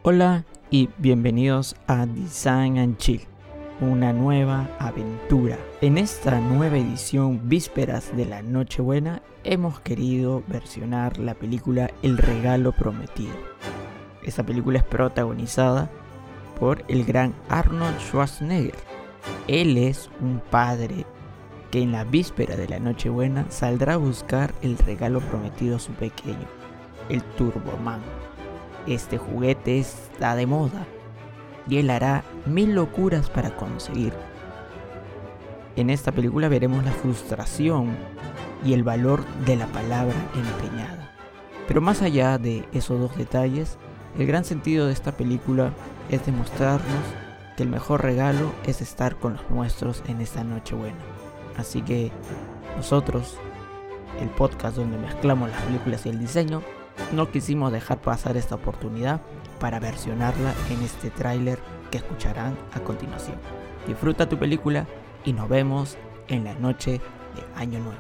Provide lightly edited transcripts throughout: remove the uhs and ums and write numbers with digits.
Hola y bienvenidos a Design and Chill, una nueva aventura. En esta nueva edición, vísperas de la Nochebuena, hemos querido versionar la película El Regalo Prometido. Esta película es protagonizada por el gran Arnold Schwarzenegger. Él es un padre que en la víspera de la Nochebuena saldrá a buscar el regalo prometido a su pequeño, el Turboman. Este juguete está de moda y él hará 1000 locuras para conseguirlo. En esta película veremos la frustración y el valor de la palabra empeñada. Pero más allá de esos dos detalles, el gran sentido de esta película es demostrarnos que el mejor regalo es estar con los nuestros en esta Nochebuena. Así que nosotros, el podcast donde mezclamos las películas y el diseño, no quisimos dejar pasar esta oportunidad para versionarla en este tráiler que escucharán a continuación. Disfruta tu película y nos vemos en la noche de Año Nuevo.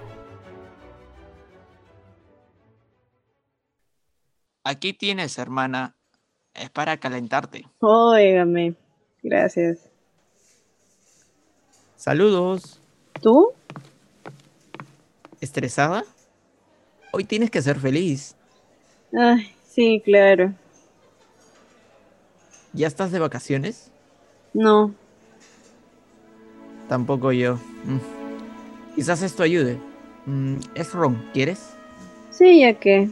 Aquí tienes, hermana. Es para calentarte. Óigame, gracias. Saludos. ¿Tú? ¿Estresada? Hoy tienes que ser feliz. Ay, sí, claro. ¿Ya estás de vacaciones? No. Tampoco yo. Quizás esto ayude. Es ron, ¿quieres? Sí, ya que.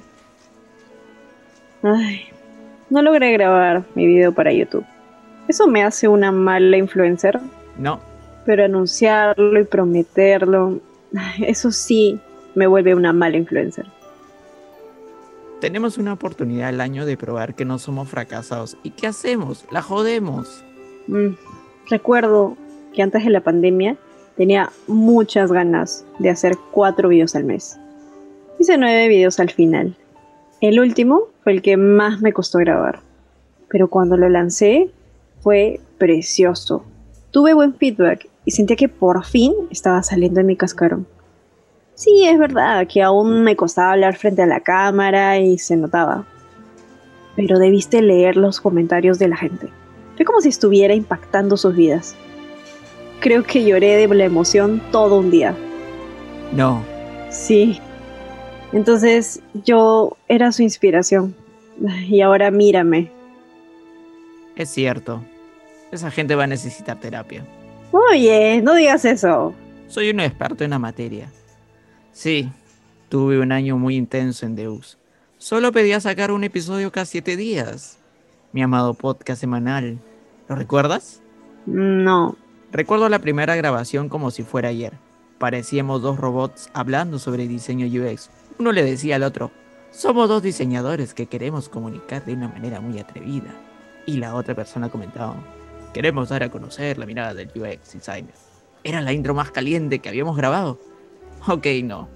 Ay, no logré grabar mi video para YouTube. ¿Eso me hace una mala influencer? No. Pero anunciarlo y prometerlo, eso sí me vuelve una mala influencer. Tenemos una oportunidad al año de probar que no somos fracasados. ¿Y qué hacemos? ¡La jodemos! Recuerdo que antes de la pandemia tenía muchas ganas de hacer 4 videos al mes. Hice 9 videos al final. El último fue el que más me costó grabar. Pero cuando lo lancé fue precioso. Tuve buen feedback y sentía que por fin estaba saliendo de mi cascarón. Sí, es verdad que aún me costaba hablar frente a la cámara y se notaba. Pero debiste leer los comentarios de la gente. Fue como si estuviera impactando sus vidas. Creo que lloré de la emoción todo un día. No. Sí. Entonces yo era su inspiración. Y ahora mírame. Es cierto. Esa gente va a necesitar terapia. Oye, no digas eso. Soy un experto en la materia. Sí, tuve un año muy intenso en Deus. Solo pedía sacar un episodio cada 7 días. Mi amado podcast semanal. ¿Lo recuerdas? No. Recuerdo la primera grabación como si fuera ayer. Parecíamos dos robots hablando sobre diseño UX. Uno le decía al otro, somos dos diseñadores que queremos comunicar de una manera muy atrevida. Y la otra persona comentaba, queremos dar a conocer la mirada del UX designer. Era la intro más caliente que habíamos grabado. Ok, no.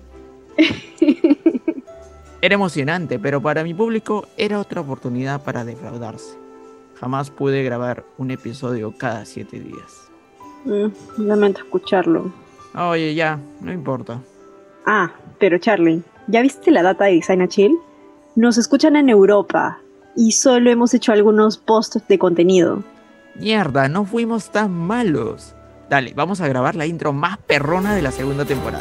Era emocionante, pero para mi público era otra oportunidad para defraudarse. Jamás pude grabar un episodio cada 7 días. Lamento escucharlo. Oye, ya, no importa. Ah, pero Charlie, ¿ya viste la data de Design and Chill? Nos escuchan en Europa y solo hemos hecho algunos posts de contenido. Mierda, no fuimos tan malos. Dale, vamos a grabar la intro más perrona de la segunda temporada.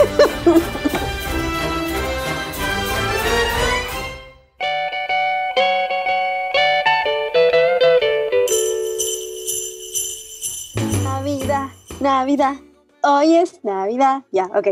Navidad, Navidad, hoy es Navidad. Ya, ok.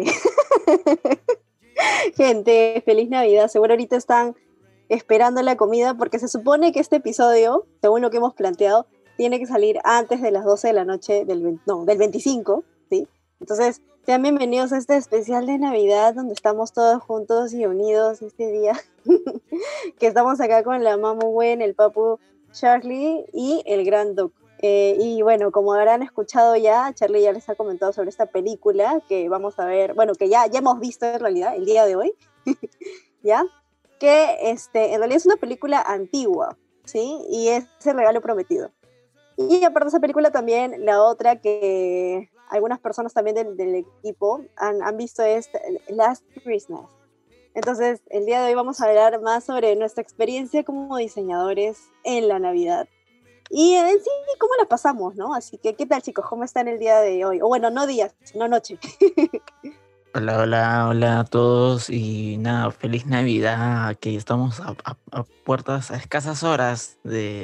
Gente, feliz Navidad. Seguro ahorita están esperando la comida porque se supone que este episodio, según lo que hemos planteado, tiene que salir antes de las 12 de la noche del 25, ¿sí? Entonces, sean bienvenidos a este especial de Navidad donde estamos todos juntos y unidos este día. Que estamos acá con la Mamu Wen, el Papu Charlie y el Gran Doc. Y bueno, como habrán escuchado ya, Charlie ya les ha comentado sobre esta película que vamos a ver, bueno, que ya hemos visto en realidad el día de hoy, ¿ya? Que en realidad es una película antigua, ¿sí? Y es El Regalo Prometido. Y aparte de esa película también, la otra que algunas personas también del equipo han visto es Last Christmas. Entonces, el día de hoy vamos a hablar más sobre nuestra experiencia como diseñadores en la Navidad. Y en sí, cómo la pasamos, ¿no? Así que, ¿qué tal, chicos? ¿Cómo están el día de hoy? O bueno, no día, sino noche. Hola, hola, hola a todos y nada, feliz Navidad, que estamos a puertas, a escasas horas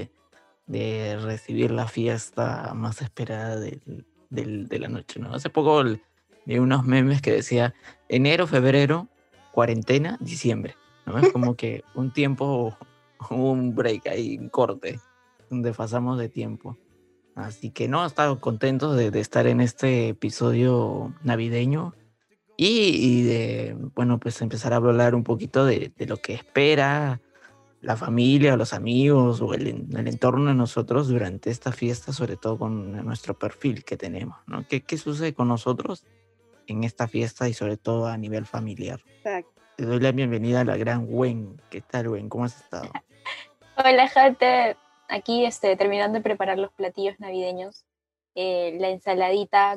de recibir la fiesta más esperada de la noche, ¿no? Hace poco vi unos memes que decía enero, febrero, cuarentena, diciembre, ¿no? Es como que un tiempo, un break ahí, un corte, donde pasamos de tiempo. Así que no, estamos contentos de estar en este episodio navideño y de, bueno, pues empezar a hablar un poquito de lo que espera la familia, o los amigos o el entorno de nosotros durante esta fiesta, sobre todo con nuestro perfil que tenemos, ¿no? ¿Qué sucede con nosotros en esta fiesta y sobre todo a nivel familiar? Exacto. Te doy la bienvenida a la gran Gwen. ¿Qué tal, Gwen? ¿Cómo has estado? Hola, gente. Aquí terminando de preparar los platillos navideños. La ensaladita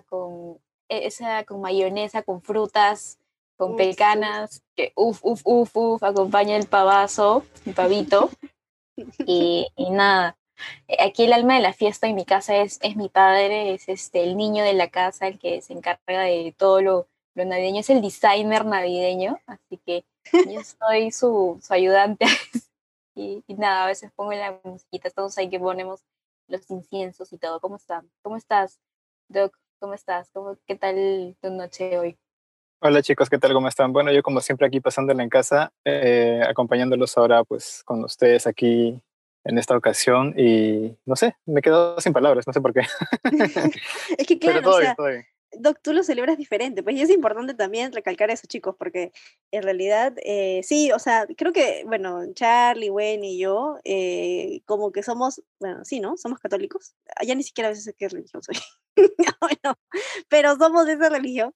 con mayonesa, con frutas, con pecanas, que acompaña el pavazo, el pavito. Y nada, aquí el alma de la fiesta en mi casa es mi padre, es el niño de la casa, el que se encarga de todo lo navideño, es el designer navideño, así que yo soy su ayudante. Y nada, a veces pongo la musiquita, estamos ahí que ponemos los inciensos y todo. ¿Cómo están? ¿Cómo estás, Doc? ¿Cómo estás? ¿Qué tal tu noche hoy? Hola chicos, ¿qué tal? ¿Cómo están? Bueno, yo como siempre aquí pasándola en casa, acompañándolos ahora pues con ustedes aquí en esta ocasión y no sé, me quedo sin palabras, no sé por qué. Es que Pero claro, o sea, todo bien. Doc, tú lo celebras diferente, pues y es importante también recalcar eso, chicos, porque en realidad, sí, o sea, creo que, bueno, Charlie, Wayne y yo, como que somos, bueno, sí, ¿no? Somos católicos. Ya ni siquiera a veces sé qué religión soy. Bueno, pero somos de esa religión.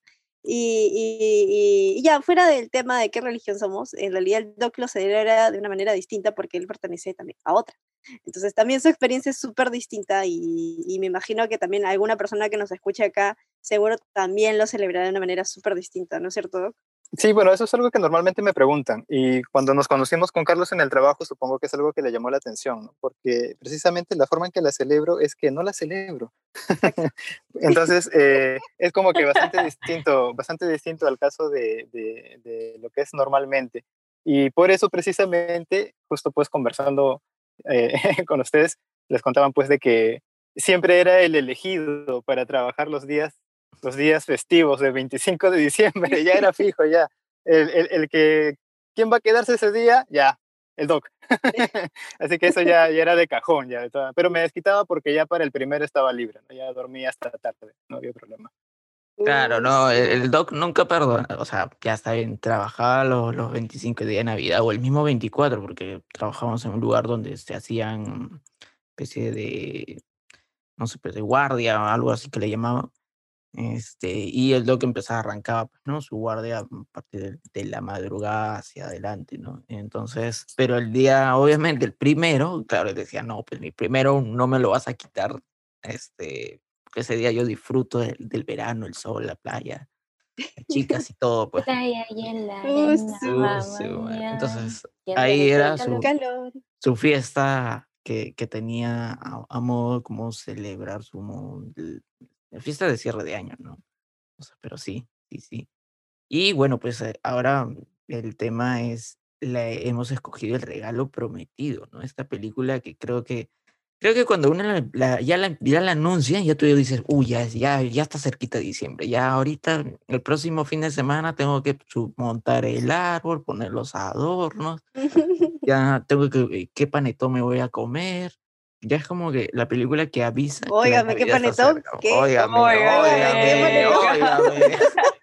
Y ya, fuera del tema de qué religión somos, en realidad el Doc lo celebra de una manera distinta porque él pertenece también a otra. Entonces también su experiencia es súper distinta y me imagino que también alguna persona que nos escuche acá seguro también lo celebrará de una manera súper distinta, ¿no es cierto, Doc? Sí, bueno, eso es algo que normalmente me preguntan y cuando nos conocimos con Carlos en el trabajo supongo que es algo que le llamó la atención, ¿no? Porque precisamente la forma en que la celebro es que no la celebro. Entonces, es como que bastante distinto al caso de lo que es normalmente. Y por eso precisamente, justo pues conversando con ustedes, les contaban pues de que siempre era el elegido para trabajar los días festivos del 25 de diciembre, ya era fijo, ya. El que, ¿quién va a quedarse ese día? Ya, el Doc. Así que eso ya era de cajón, ya. Pero me desquitaba porque ya para el primero estaba libre, ¿no? Ya dormía hasta tarde, no había problema. Claro, no, Sí. el Doc nunca perdona, o sea, ya está bien, trabajaba los 25 días de Navidad o el mismo 24 porque trabajamos en un lugar donde se hacían especie de, no sé, pues de guardia o algo así que le llamaban. Y el Doc empezaba, arrancaba, pues, ¿no? Su guardia a partir de la madrugada hacia adelante, ¿no? Entonces, pero el día, obviamente, el primero, claro, él decía, no, pues mi primero no me lo vas a quitar, porque ese día yo disfruto del verano, el sol, la playa, las chicas y todo, pues. Playa y en la arena Sí, vamos Sí, bueno. ya. Entonces, ¿Quién ahí merece el era calor? calor. su fiesta que tenía a modo como celebrar la fiesta de cierre de año, ¿no? O sea, pero sí, sí, sí. Y bueno, pues ahora el tema es, hemos escogido El regalo prometido, ¿no? Esta película que creo que cuando uno ya la anuncia, ya tú dices, uy, ya está cerquita de diciembre, ya ahorita, el próximo fin de semana tengo que montar el árbol, poner los adornos, ya tengo qué panetón me voy a comer. Ya es como que la película que avisa que la Óigame, qué Navidad está panetón, cerca. qué, Óigame, óigame, qué óigame, panetón. óigame.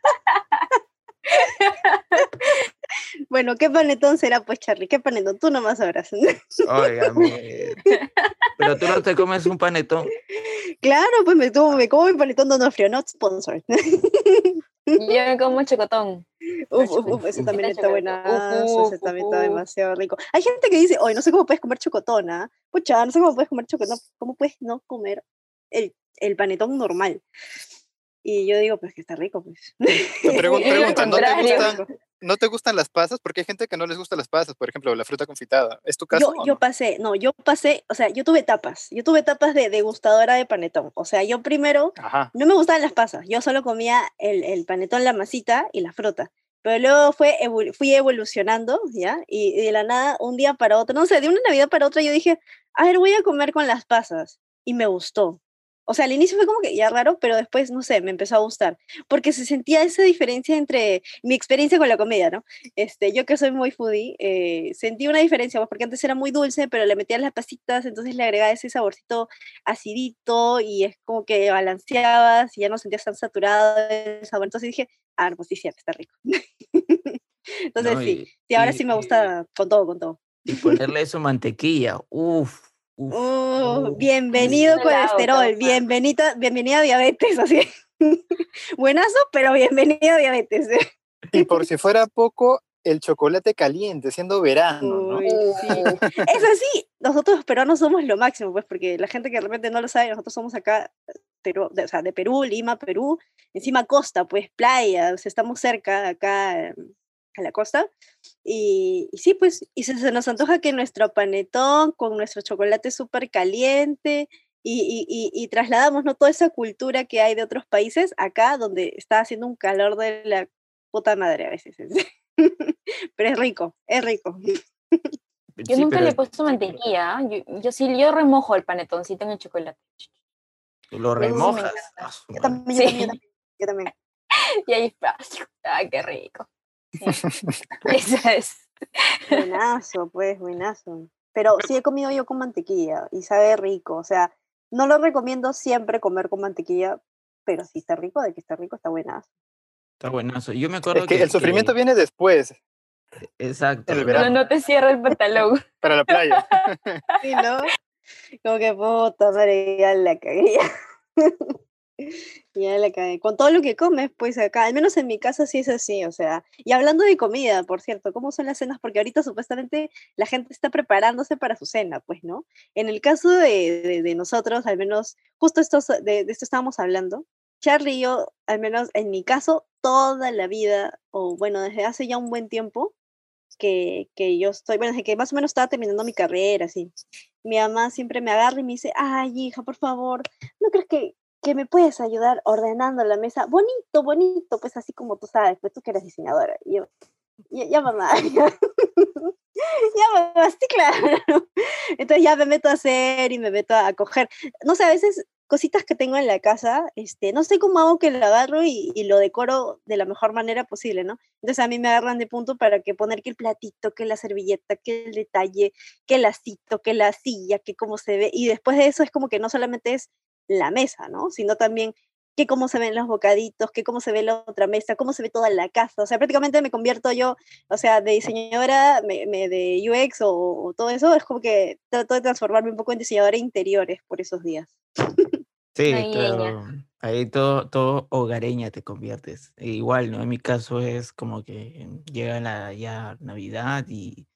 Bueno, ¿qué panetón será, pues, Charlie? ¿Qué panetón? Tú nomás sabrás. Óigame. Pero tú no te comes un panetón. Claro, pues me como mi panetón Donofrio, not sponsored. Yo me como chocotón. Ese Uf, también está chocolate. buenazo, ese también está demasiado rico. Hay gente que dice, oye, no sé cómo puedes comer chocotón, ¿ah? Pucha, no sé cómo puedes comer chocotón, ¿cómo puedes no comer el panetón normal? Y yo digo, pues que está rico, pues. Te Y lo preguntan, ¿no te contrario. gustan, no te gustan las pasas, porque hay gente que no les gustan las pasas, por ejemplo, la fruta confitada. ¿Es tu caso? Yo pasé, o sea, yo tuve etapas de degustadora de panetón. O sea, yo primero Ajá. no me gustaban las pasas, yo solo comía el panetón, la masita y la fruta. Pero luego fui evolucionando, ¿ya? Y de la nada, un día para otro, no sé, de una Navidad para otra, yo dije, a ver, voy a comer con las pasas. Y me gustó. O sea, al inicio fue como que ya raro, pero después, no sé, me empezó a gustar. Porque se sentía esa diferencia entre mi experiencia con la comida, ¿no? Yo que soy muy foodie, sentí una diferencia, pues, porque antes era muy dulce, pero le metía las pasitas, entonces le agregaba ese saborcito acidito y es como que balanceabas y ya no sentías tan saturado el sabor. Entonces dije, ah, no, pues sí, cierto, está rico. Entonces ¿no? sí, ahora sí me gusta con todo, con todo. Y ponerle su mantequilla. Uf, Bienvenido colesterol, bienvenida diabetes, así. Buenazo, pero bienvenida diabetes. Y por si fuera poco, el chocolate caliente, siendo verano, ¿no? Uy, sí. Es así, nosotros peruanos somos lo máximo, pues, porque la gente que de repente no lo sabe, nosotros somos acá, o sea, de Perú, Lima, Perú, encima costa, pues, playa, o sea, estamos cerca, acá, a la costa, y sí, pues, y se nos antoja que nuestro panetón con nuestro chocolate súper caliente, y trasladamos, ¿no?, toda esa cultura que hay de otros países acá, donde está haciendo un calor de la puta madre a veces. Pero es rico, es rico. Yo nunca le he puesto mantequilla. Yo remojo el panetoncito en el chocolate. Tú lo Eso sí me remojas. encanta. Yo también, Sí. yo también. Y ahí está. ¡Ay, qué rico! Sí. Eso es. Buenazo, pues, buenazo. Pero sí he comido yo con mantequilla y sabe rico. O sea, no lo recomiendo siempre comer con mantequilla, pero si está rico, de que está rico, está buenazo. Está buenazo. Yo me Es acuerdo que el sufrimiento viene después, Exacto. en el ¿no? Cuando verano, no te cierra el pantalón. para la playa. Sí, ¿no? Como que puta madre, ya la cagué. Ya la cagué. Con todo lo que comes, pues acá, al menos en mi casa sí es así, o sea. Y hablando de comida, por cierto, ¿cómo son las cenas? Porque ahorita supuestamente la gente está preparándose para su cena, pues, ¿no? En el caso de nosotros, al menos, justo de esto estábamos hablando, Charlie y yo, al menos en mi caso, toda la vida, o bueno, desde hace ya un buen tiempo, que yo estoy, bueno, desde que más o menos estaba terminando mi carrera, así. Mi mamá siempre me agarra y me dice, ay, hija, por favor, ¿no crees que me puedes ayudar ordenando la mesa? Bonito, bonito, pues así como tú sabes, pues tú que eres diseñadora. Y yo, ya mamá, ya mamá, sí, claro. Entonces ya me meto a hacer y me meto a coger. No sé, a veces cositas que tengo en la casa, no sé cómo hago que lo agarro y lo decoro de la mejor manera posible, ¿no? Entonces a mí me agarran de punto para que poner que el platito, que la servilleta, que el detalle, que el lacito, que la silla, que cómo se ve. Y después de eso es como que no solamente es la mesa, ¿no? Sino también que cómo se ven los bocaditos, que cómo se ve la otra mesa, cómo se ve toda la casa. O sea, prácticamente me convierto yo, o sea, de diseñadora, de UX o todo eso, es como que trato de transformarme un poco en diseñadora de interiores por esos días. Sí, Navideña. claro. Ahí todo hogareña te conviertes. E igual, ¿no? En mi caso es como que llega ya Navidad y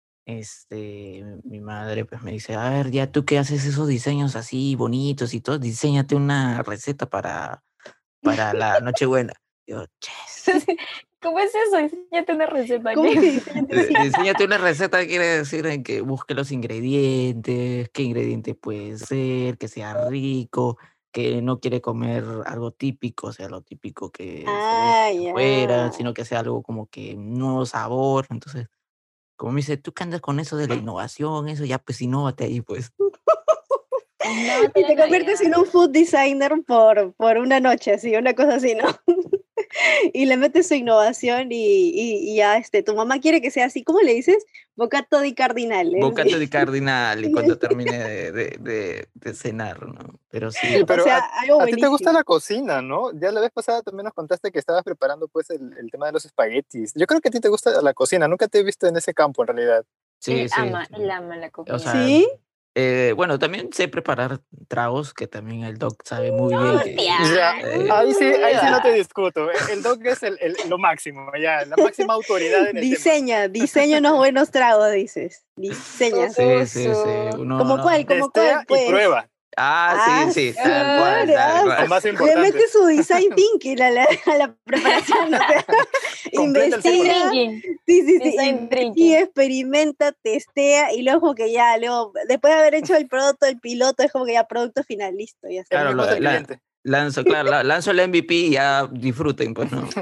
mi madre pues me dice, a ver, ya tú que haces esos diseños así bonitos y todo, diséñate una receta para la Nochebuena. Yo, ches. ¿Cómo es eso? Enséñate una receta. ¿Cómo que diseñate una receta? Diséñate una receta quiere decir en que busque los ingredientes, qué ingrediente puede ser, que sea rico, que no quiere comer algo típico, o sea, lo típico que se ve Ah, afuera, ya. sino que sea algo como que un nuevo sabor. Entonces, como me dice, tú que andas con eso de la innovación, eso ya pues innóvate ahí, pues. Innóvate Y la te conviertes Navidad. en un food designer por una noche, así, una cosa así, ¿no? Y le metes su innovación y ya, tu mamá quiere que sea así, ¿cómo le dices? Bocato di cardinale. Bocata de cardinal y cuando termine de cenar, ¿no? Pero sí, Sí, O pero sea, algo a ti te gusta buenísimo. la cocina, ¿no? Ya la vez pasada también nos contaste que estabas preparando pues el tema de los espaguetis. Yo creo que a ti te gusta la cocina, nunca te he visto en ese campo en realidad. sí, sí. Él ama la O comida. sea, ¿Sí? bueno, también sé preparar tragos, que también el doc sabe muy bien que... Ya, ¡Hostia! ahí sí no te discuto. El doc es lo máximo, ya, la máxima autoridad en el tema. Diseña unos buenos tragos, dices. Diseña. Sí, sí, sí. Oso. Uno ¿Cómo cuál? no... ¿Cómo Testea cuál? y Pues. prueba. Ah, sí, Ah, sí, tal cual, tal claro. Lo cual. más Le importante. mete su design thinking a la preparación, o sea, Completa el círculo. Investiga, Thinking. sí, Design thinking. investiga, experimenta, testea y luego como que ya, luego, después de haber hecho el producto, el piloto, es como que ya producto final, listo, ya está. El Claro, mismo es el cliente. lanzo el MVP y ya disfruten, pues, ¿no?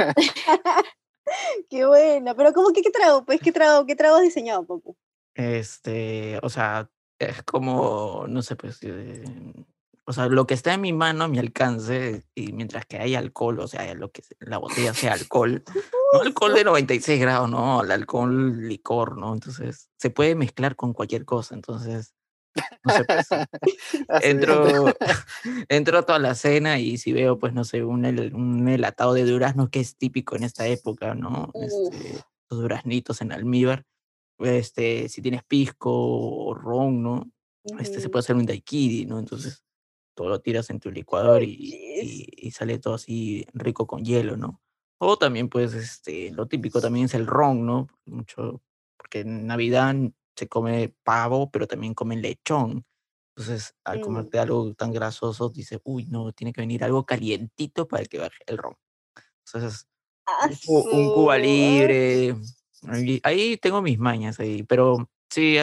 Qué bueno, pero ¿cómo que qué trago? Pues, ¿qué trago has diseñado, Papu? O sea, es como, no sé, pues, o sea, lo que está en mi mano, a mi alcance, y mientras que hay alcohol, o sea, la botella sea alcohol, no alcohol de 96 grados, no, el alcohol licor, ¿no? Entonces, se puede mezclar con cualquier cosa, entonces, no sé, pues, Así bien. entro, entro a toda la cena y si veo, pues, no sé, un enlatado de duraznos que es típico en esta época, ¿no? Los duraznitos en almíbar. Si tienes pisco o ron, ¿no? Se puede hacer un daiquiri, ¿no? Entonces, todo lo tiras en tu licuador Yes. y sale todo así rico con hielo, ¿no? O también, pues, lo típico también es el ron, ¿no? Porque en Navidad se come pavo, pero también comen lechón. Entonces, al comerte algo tan grasoso, dices, uy, no, tiene que venir algo calientito para que baje el ron. Entonces, un Cuba Ay, Libre. Ahí tengo mis mañas ahí, pero sí,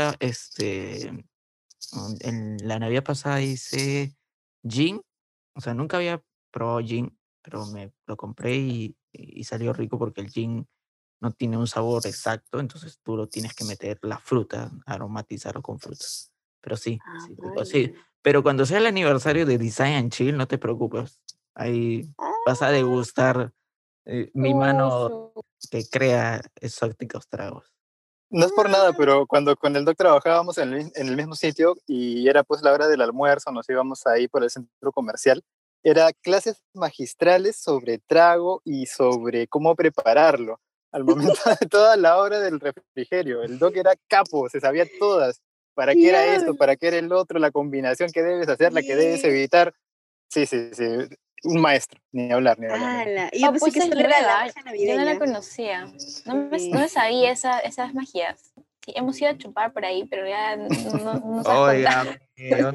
en la Navidad pasada hice gin, o sea, nunca había probado gin, pero me lo compré y salió rico porque el gin no tiene un sabor exacto, entonces tú lo tienes que meter la fruta, aromatizarlo con frutas. Pero sí, sí, sí. Pero cuando sea el aniversario de Design and Chill, no te preocupes. Ahí vas a degustar mi mano que crea exóticos tragos. No es por nada, pero cuando con el doc trabajábamos en el mismo sitio y era pues la hora del almuerzo, nos íbamos ahí por el centro comercial, era clases magistrales sobre trago y sobre cómo prepararlo. Al momento de toda la hora del refrigerio, el doc era capo, se sabía todas. ¿Para qué era esto? ¿Para qué era el otro? La combinación que debes hacer, la que debes evitar. Sí, sí, sí. Un maestro, ni hablar, ni hablar. Ala, y yo pensé Pues que es solo era la nueva, magia yo no la navideña. conocía. No Sí. me sabía esas magías. Sí, hemos ido a chupar por ahí, pero ya no nos has Oiga, contado.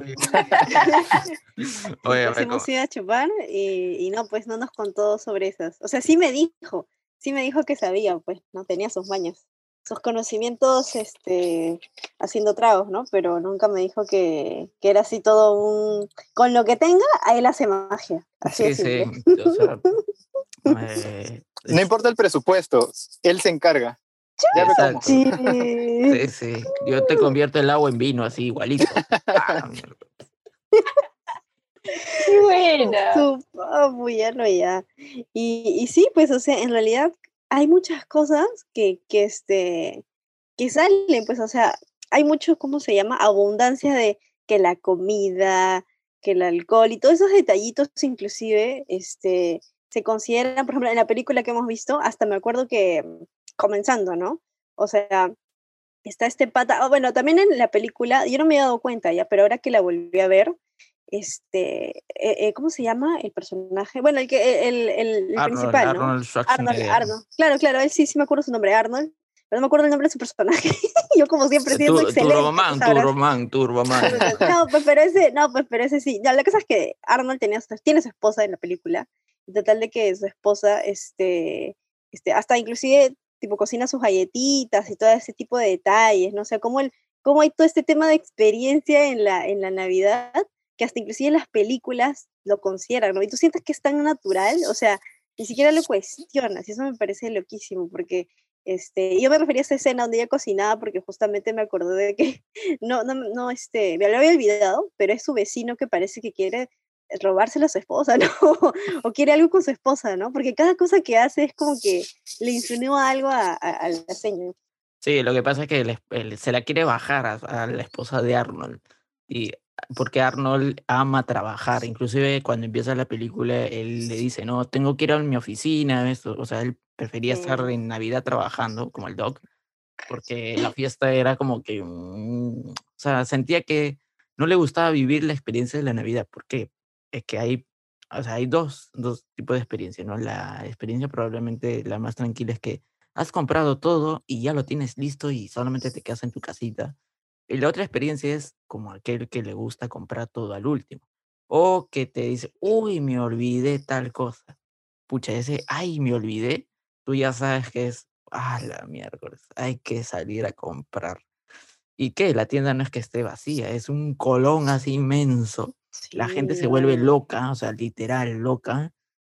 Sí, pues hemos ido a chupar y no, pues no nos contó sobre esas. O sea, sí me dijo que sabía, pues, no tenía sus mañas, sus conocimientos, haciendo tragos, ¿no? Pero nunca me dijo que era así todo un... Con lo que tenga, a él hace magia, así de sí, sí, simple. o sea, No importa el presupuesto, él se encarga. Ya ve cómo. exacto. Sí, sí. Yo te convierto el agua en vino, así igualito. Ah, mierda. ¡Qué buena! Su papu, ya. Y sí, pues, o sea, en realidad hay muchas cosas que salen, pues, o sea, hay mucho, ¿cómo se llama? Abundancia de que la comida, que el alcohol y todos esos detallitos inclusive, se consideran, por ejemplo, en la película que hemos visto, hasta me acuerdo que comenzando, ¿no? O sea, está este pata, bueno, también en la película, yo no me he dado cuenta ya, pero ahora que la volví a ver, ¿cómo se llama el personaje? Bueno, el principal, ¿no? Arnold Schwarzenegger. Arnold. Claro, él sí me acuerdo su nombre, Arnold, pero no me acuerdo el nombre de su personaje. Yo como siempre siendo excelente. Turboman. Pero ese sí. No, la cosa es que Arnold tiene su esposa en la película. En total de que su esposa, hasta inclusive tipo cocina sus galletitas y todo ese tipo de detalles, ¿no? O sea, cómo hay todo este tema de experiencia en la Navidad, que hasta inclusive en las películas lo consideran, ¿no? Y tú sientes que es tan natural, o sea, ni siquiera lo cuestionas, y eso me parece loquísimo, porque yo me refería a esa escena donde ella cocinaba porque justamente me acordé de que no, me lo había olvidado, pero es su vecino que parece que quiere robárselo a su esposa, ¿no? O quiere algo con su esposa, ¿no? Porque cada cosa que hace es como que le insinúa algo a la señora. Sí, lo que pasa es que se la quiere bajar a la esposa de Arnold. Y porque Arnold ama trabajar. Inclusive cuando empieza la película, él le dice, no, tengo que ir a mi oficina. Esto. O sea, él prefería estar en Navidad trabajando, como el Doc, porque la fiesta era como que, o sea, sentía que no le gustaba vivir la experiencia de la Navidad. ¿Por qué? Es que o sea, hay dos tipos de experiencia, ¿no? La experiencia probablemente la más tranquila es que has comprado todo y ya lo tienes listo y solamente te quedas en tu casita. Y la otra experiencia es como aquel que le gusta comprar todo al último. O que te dice, uy, me olvidé tal cosa. Pucha, ese, ay, me olvidé. tú ya sabes que es, la miércoles, hay que salir a comprar. ¿Y qué? La tienda no es que esté vacía, es un colón así inmenso. La gente Sí, se vuelve no. loca, o sea, literal loca.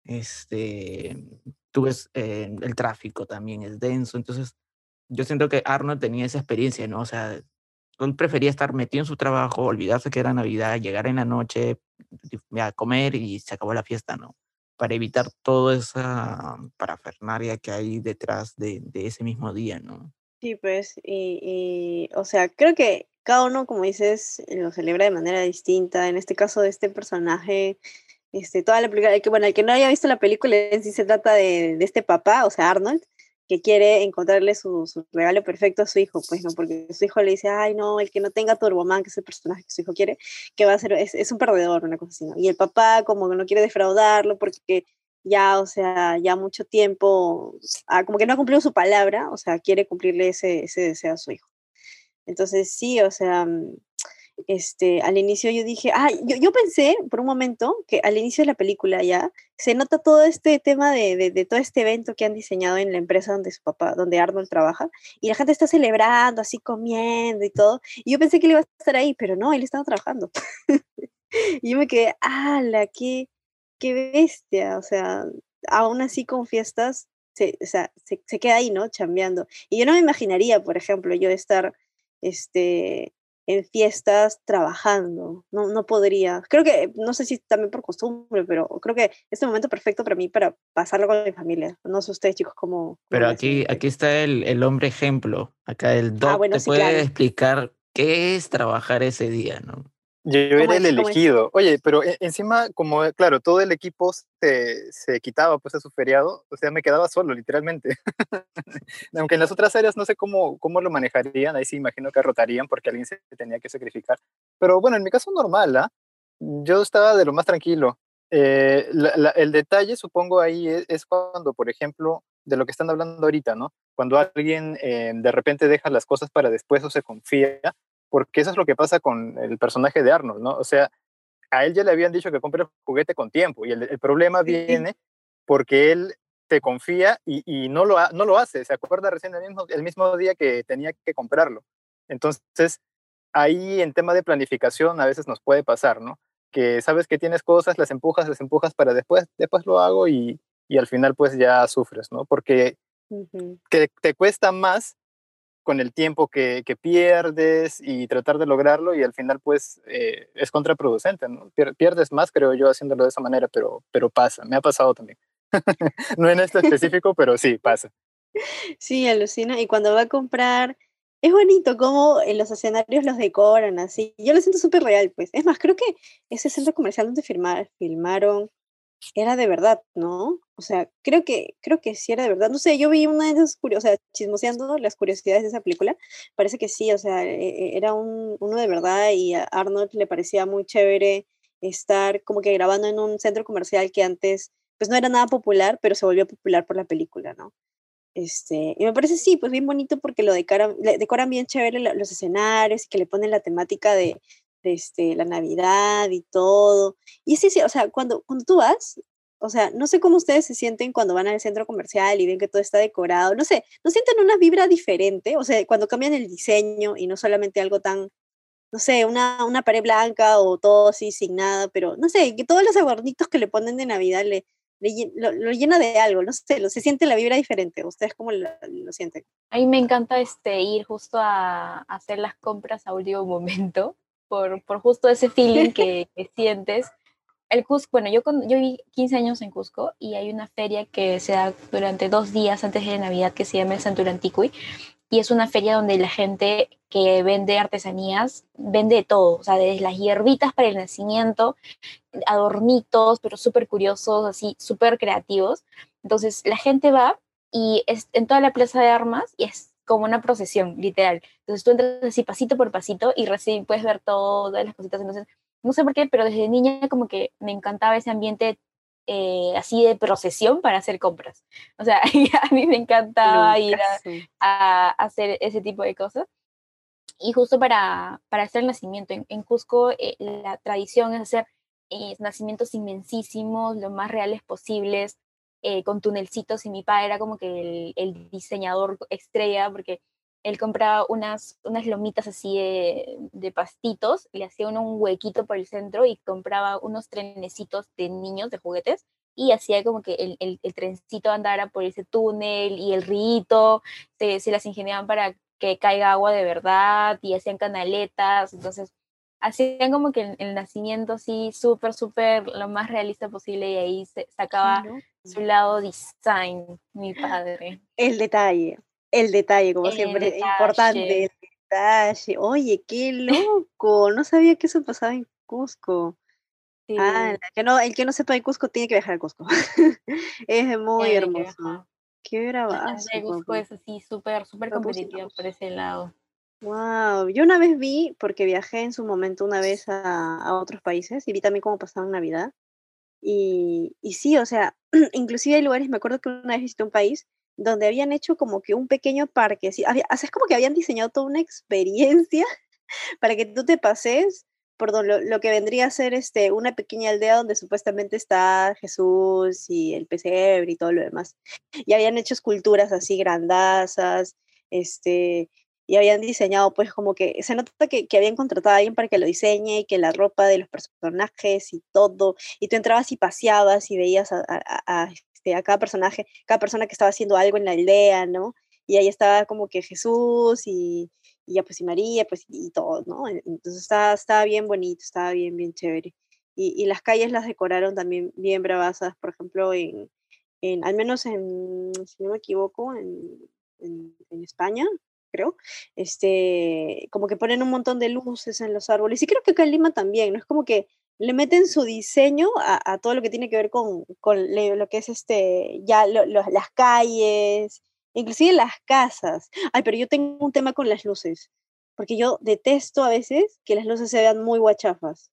Tú ves, el tráfico también es denso, entonces yo siento que Arnold tenía esa experiencia, ¿no? O sea, él prefería estar metido en su trabajo, olvidarse que era Navidad, llegar en la noche, a comer y se acabó la fiesta, ¿no? Para evitar toda esa parafernalia que hay detrás de ese mismo día, ¿no? Sí, pues, o sea, creo que cada uno, como dices, lo celebra de manera distinta. En este caso de este personaje, toda la película, el que no haya visto la película en sí se trata de este papá, o sea, Arnold, que quiere encontrarle su regalo perfecto a su hijo, pues, ¿no? Porque su hijo le dice, ay, no, el que no tenga Turboman, que es el personaje que su hijo quiere, que va a ser, es un perdedor, una cosa así, ¿no? Y el papá como que no quiere defraudarlo porque ya, o sea, ya mucho tiempo, como que no ha cumplido su palabra, o sea, quiere cumplirle ese deseo a su hijo. Entonces, sí, o sea, al inicio yo dije, yo pensé por un momento que al inicio de la película ya se nota todo este tema de todo este evento que han diseñado en la empresa donde su papá, donde Arnold trabaja, y la gente está celebrando, así comiendo y todo, y yo pensé que él iba a estar ahí, pero no, él estaba trabajando. Y yo me quedé, ¡ala, qué bestia! O sea, aún así con fiestas, o sea, se queda ahí, ¿no? Chambeando. Y yo no me imaginaría, por ejemplo, yo estar este, en fiestas trabajando. No, no podría. Creo que, no sé si también por costumbre, pero creo que es el momento perfecto para mí para pasarlo con mi familia. No sé ustedes, chicos, cómo Pero le hacen aquí ustedes. está el hombre ejemplo. Acá el Ah, Doc bueno, te sí, puede claro. explicar qué es trabajar ese día, ¿no? Yo ¿Cómo era el es? ¿Cómo es? elegido. Oye, pero encima, como, claro, todo el equipo se quitaba pues a su feriado, o sea, me quedaba solo, literalmente. Aunque en las otras áreas no sé cómo lo manejarían, ahí sí imagino que rotarían porque alguien se tenía que sacrificar. Pero bueno, en mi caso normal, ¿ah? Yo estaba de lo más tranquilo. El detalle, supongo, ahí es cuando, por ejemplo, de lo que están hablando ahorita, ¿no? Cuando alguien de repente deja las cosas para después o se confía, porque eso es lo que pasa con el personaje de Arnold, ¿no? O sea, a él ya le habían dicho que compre el juguete con tiempo y el problema Sí. viene porque él te confía y no lo hace, se acuerda recién el mismo día que tenía que comprarlo. Entonces, ahí en tema de planificación a veces nos puede pasar, ¿no? Que sabes que tienes cosas, las empujas para después lo hago y al final pues ya sufres, ¿no? Porque Ujú. te cuesta más con el tiempo que pierdes y tratar de lograrlo y al final pues es contraproducente, ¿no? Pierdes más, creo yo, haciéndolo de esa manera, pero pasa, me ha pasado también. No en esto específico, pero sí, pasa. Sí, alucina. Y cuando va a comprar, es bonito cómo en los escenarios los decoran así. Yo lo siento súper real, pues. Es más, creo que ese centro comercial donde filmaron era de verdad, ¿no? O sea, creo que sí era de verdad. No sé, yo vi una de esas o sea, chismoseando las curiosidades de esa película. Parece que sí, o sea, era uno de verdad y a Arnold le parecía muy chévere estar como que grabando en un centro comercial que antes, pues no era nada popular, pero se volvió popular por la película, ¿no? Y me parece sí, pues bien bonito porque decoran bien chévere los escenarios y que le ponen la temática de la Navidad y todo. Y sí, sí, o sea, cuando tú vas, o sea, no sé cómo ustedes se sienten cuando van al centro comercial y ven que todo está decorado, no sé, ¿no sienten una vibra diferente? O sea, cuando cambian el diseño y no solamente algo tan, no sé, una pared blanca o todo así sin nada, pero no sé, que todos los adornitos que le ponen de Navidad lo llena de algo, no sé, se siente la vibra diferente. ¿Ustedes cómo lo sienten? A mí me encanta ir justo a hacer las compras a último momento, por justo ese feeling que sientes. El Cusco, bueno, yo viví 15 años en Cusco y hay una feria que se da durante 2 días antes de Navidad que se llama el Santuranticui y es una feria donde la gente que vende artesanías vende de todo, o sea, desde las hierbitas para el nacimiento, adornitos, pero súper curiosos, así, súper creativos. Entonces la gente va y es en toda la plaza de armas y es como una procesión, literal. Entonces tú entras así pasito por pasito y recién puedes ver todas las cositas. Entonces, no sé por qué, pero desde niña como que me encantaba ese ambiente así de procesión para hacer compras. O sea, a mí me encantaba ir Lucaso. a hacer ese tipo de cosas. Y justo para hacer el nacimiento en Cusco, la tradición es hacer nacimientos inmensísimos, lo más reales posibles. con tunelcitos, y mi padre era como que el diseñador estrella, porque él compraba unas lomitas así de pastitos, le hacía uno un huequito por el centro y compraba unos trenecitos de niños, de juguetes, y hacía como que el trencito andara por ese túnel, y el rito se las ingeniaban para que caiga agua de verdad, y hacían canaletas. Entonces hacían como que el nacimiento así súper, súper lo más realista posible, y ahí se sacaba ¿no? su lado design, mi padre. El detalle, como El siempre, importante, detalle. el detalle. Oye, qué loco, no sabía que eso pasaba en Cusco. Ah, Sí, el que no sepa de Cusco tiene que viajar a Cusco. Es muy tiene que hermoso. viajar. Qué La gente de bravazo, Cusco papi. es así súper, súper competitiva por ese lado. Wow, yo una vez vi, porque viajé en su momento una vez a otros países y vi también cómo pasaban Navidad. Y sí, o sea, inclusive hay lugares, me acuerdo que una vez visité un país donde habían hecho como que un pequeño parque, así, o sea, es como que habían diseñado toda una experiencia para que tú te pases por lo que vendría a ser una pequeña aldea donde supuestamente está Jesús y el pesebre y todo lo demás. Y habían hecho esculturas así grandazas, y habían diseñado, pues como que se nota que habían contratado a alguien para que lo diseñe y que la ropa de los personajes y todo, y tú entrabas y paseabas y veías a cada personaje, cada persona que estaba haciendo algo en la aldea, ¿no? Y ahí estaba como que Jesús y ya pues y María, pues y todo, ¿no? Entonces estaba bien bonito, estaba bien, bien chévere. Y las calles las decoraron también bien bravasas, por ejemplo, al menos si no me equivoco, en España, creo, como que ponen un montón de luces en los árboles. Y creo que acá en Lima también, ¿no? Es como que le meten su diseño a todo lo que tiene que ver con lo que es ya las calles, inclusive las casas. Ay, pero yo tengo un tema con las luces, porque yo detesto a veces que las luces se vean muy guachafas.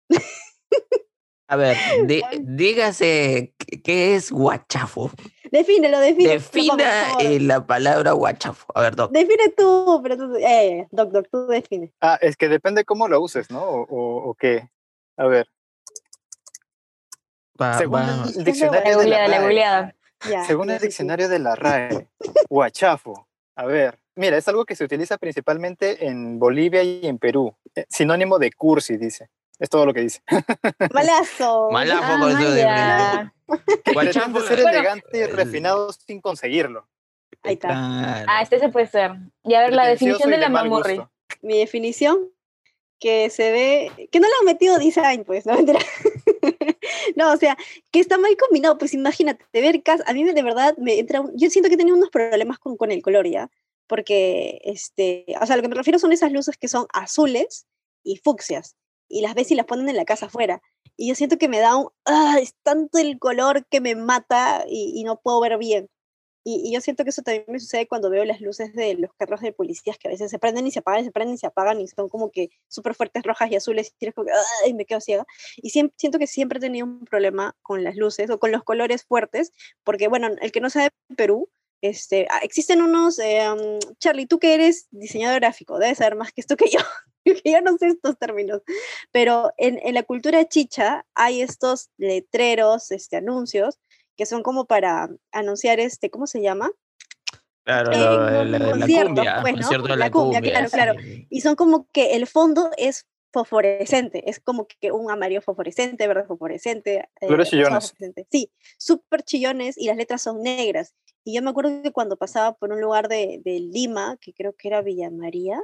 A ver, dígase qué es guachafo. Defínelo, por Defina favor. la palabra guachafo. A ver, Doc. Define tú, pero tú, Doc, tú define. Ah, es que depende cómo lo uses, ¿no? O qué. A ver, según el Definición de diccionario de la guachafo. La RAE, goleada. Ya, según ya, el sí, sí. diccionario de la RAE, guachafo. A ver, mira, es algo que se utiliza principalmente en Bolivia y en Perú. Sinónimo de cursi, dice. Es todo lo que dice. Malazo. Malafo Ah, con eso de ya. Que guachafo. pretende ser Bueno, elegante y refinado sin conseguirlo. Ahí está. ah, Claro. se puede ser. Y a ver, la definición Pretencioso de y la de mal mamorri. gusto. Mi definición, que se ve, que no le han metido design, pues, no mentira. No, o sea, que está mal combinado, pues imagínate, ver casa, a mí de verdad me entra, yo siento que he tenido unos problemas con el color, ¿ya? Porque, o sea, lo que me refiero son esas luces que son azules y fucsias, y las ves y las ponen en la casa afuera, y yo siento que me da es tanto el color que me mata y no puedo ver bien. Y yo siento que eso también me sucede cuando veo las luces de los carros de policías que a veces se prenden y se apagan, se prenden y se apagan y son como que súper fuertes, rojas y azules y, como que, ¡ay! Me quedo ciega. Y siento que siempre he tenido un problema con las luces o con los colores fuertes, porque bueno, el que no sabe Perú, existen unos, Charlie, tú que eres diseñador gráfico, debes saber más que esto que yo, que yo no sé estos términos, pero en la cultura chicha hay estos letreros, anuncios, que son como para anunciar ¿cómo se llama? Claro, la Conciertos, cumbia, pues, ¿no? concierto de La la cumbia, cumbia, claro, claro. sí. Y son como que el fondo es fosforescente, es como que un amarillo fosforescente, verde fosforescente, Flores rosado chillones. fosforescente. Sí, súper chillones y las letras son negras. Y yo me acuerdo que cuando pasaba por un lugar de Lima, que creo que era Villa María,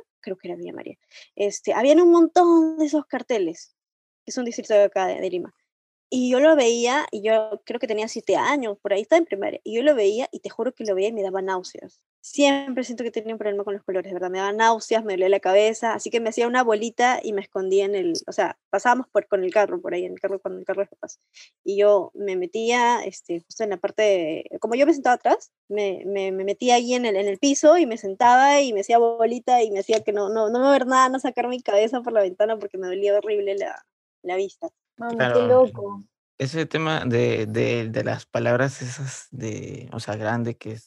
habían un montón de esos carteles, que es un distrito de acá de Lima. Y yo lo veía, y yo creo que tenía 7 años, por ahí estaba en primaria, y yo lo veía, y te juro que lo veía y me daba náuseas. Siempre siento que tenía un problema con los colores, de verdad, me daba náuseas, me dolía la cabeza, así que me hacía una bolita y me escondía o sea, pasábamos con el carro, por ahí, con el carro de papás, y yo me metía, justo en la parte, como yo me sentaba atrás, me metía ahí en el piso, y me sentaba, y me hacía bolita, y me hacía que no ver nada, no sacar mi cabeza por la ventana, porque me dolía horrible la vista. Mami, qué Claro, loco. ese tema de las palabras esas o sea, grande que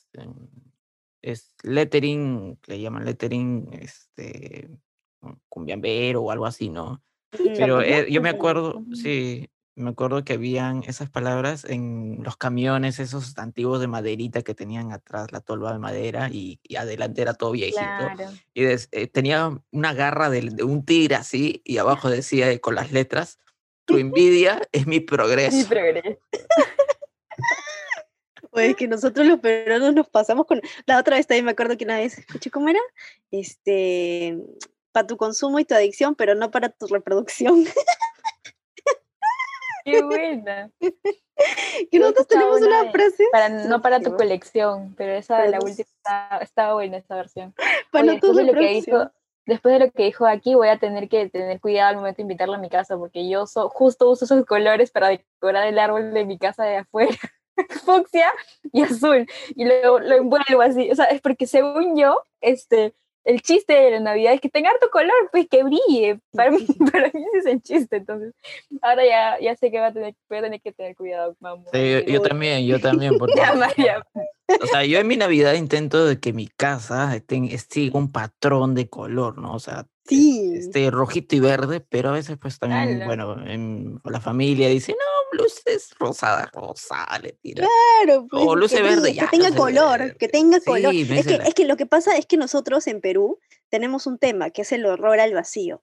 es lettering, que le llaman lettering, cumbiambero o algo así, ¿no? Chicha, Pero pues, ¿no? yo me Chicha. acuerdo, Ujú. sí, me acuerdo que habían esas palabras en los camiones, esos antiguos de maderita que tenían atrás la tolva de madera y adelante era todo viejito. Claro. Y tenía una garra de un tigre así y abajo decía con las letras, tu envidia es mi Mi progreso. progreso. Pues que nosotros los peruanos nos pasamos con... La otra vez también me acuerdo que una vez, escuché cómo era, para tu consumo y tu adicción, pero no para tu reproducción. Qué buena. Que Yo he nosotros escuchado tenemos una una frase no para tu buenísima, colección, pero esa, pero la no última, estaba buena esa versión. para Oye, no tu reproducción. después de lo que dijo aquí, voy a tener que tener cuidado al momento de invitarla a mi casa, porque yo justo uso esos colores para decorar el árbol de mi casa de afuera, fucsia y azul, y luego lo envuelvo así, o sea, es porque según yo, el chiste de la Navidad es que tenga harto color, pues que brille, para mí ese es el chiste, entonces, ahora ya sé que voy a tener que tener cuidado, vamos. Sí, yo también, porque... Ya, María. O sea, yo en mi Navidad intento de que mi casa siga un patrón de color, ¿no? O sea, Sí, esté rojito y verde, pero a veces pues también, Ala. bueno, la familia dice, no, luces rosadas, rosa, le tira. claro, pues, O luce que verde, brille, que ya, tenga luce color, verde. que tenga color. Sí, me dice Es que lo que pasa es que nosotros en Perú tenemos un tema que es el horror al vacío.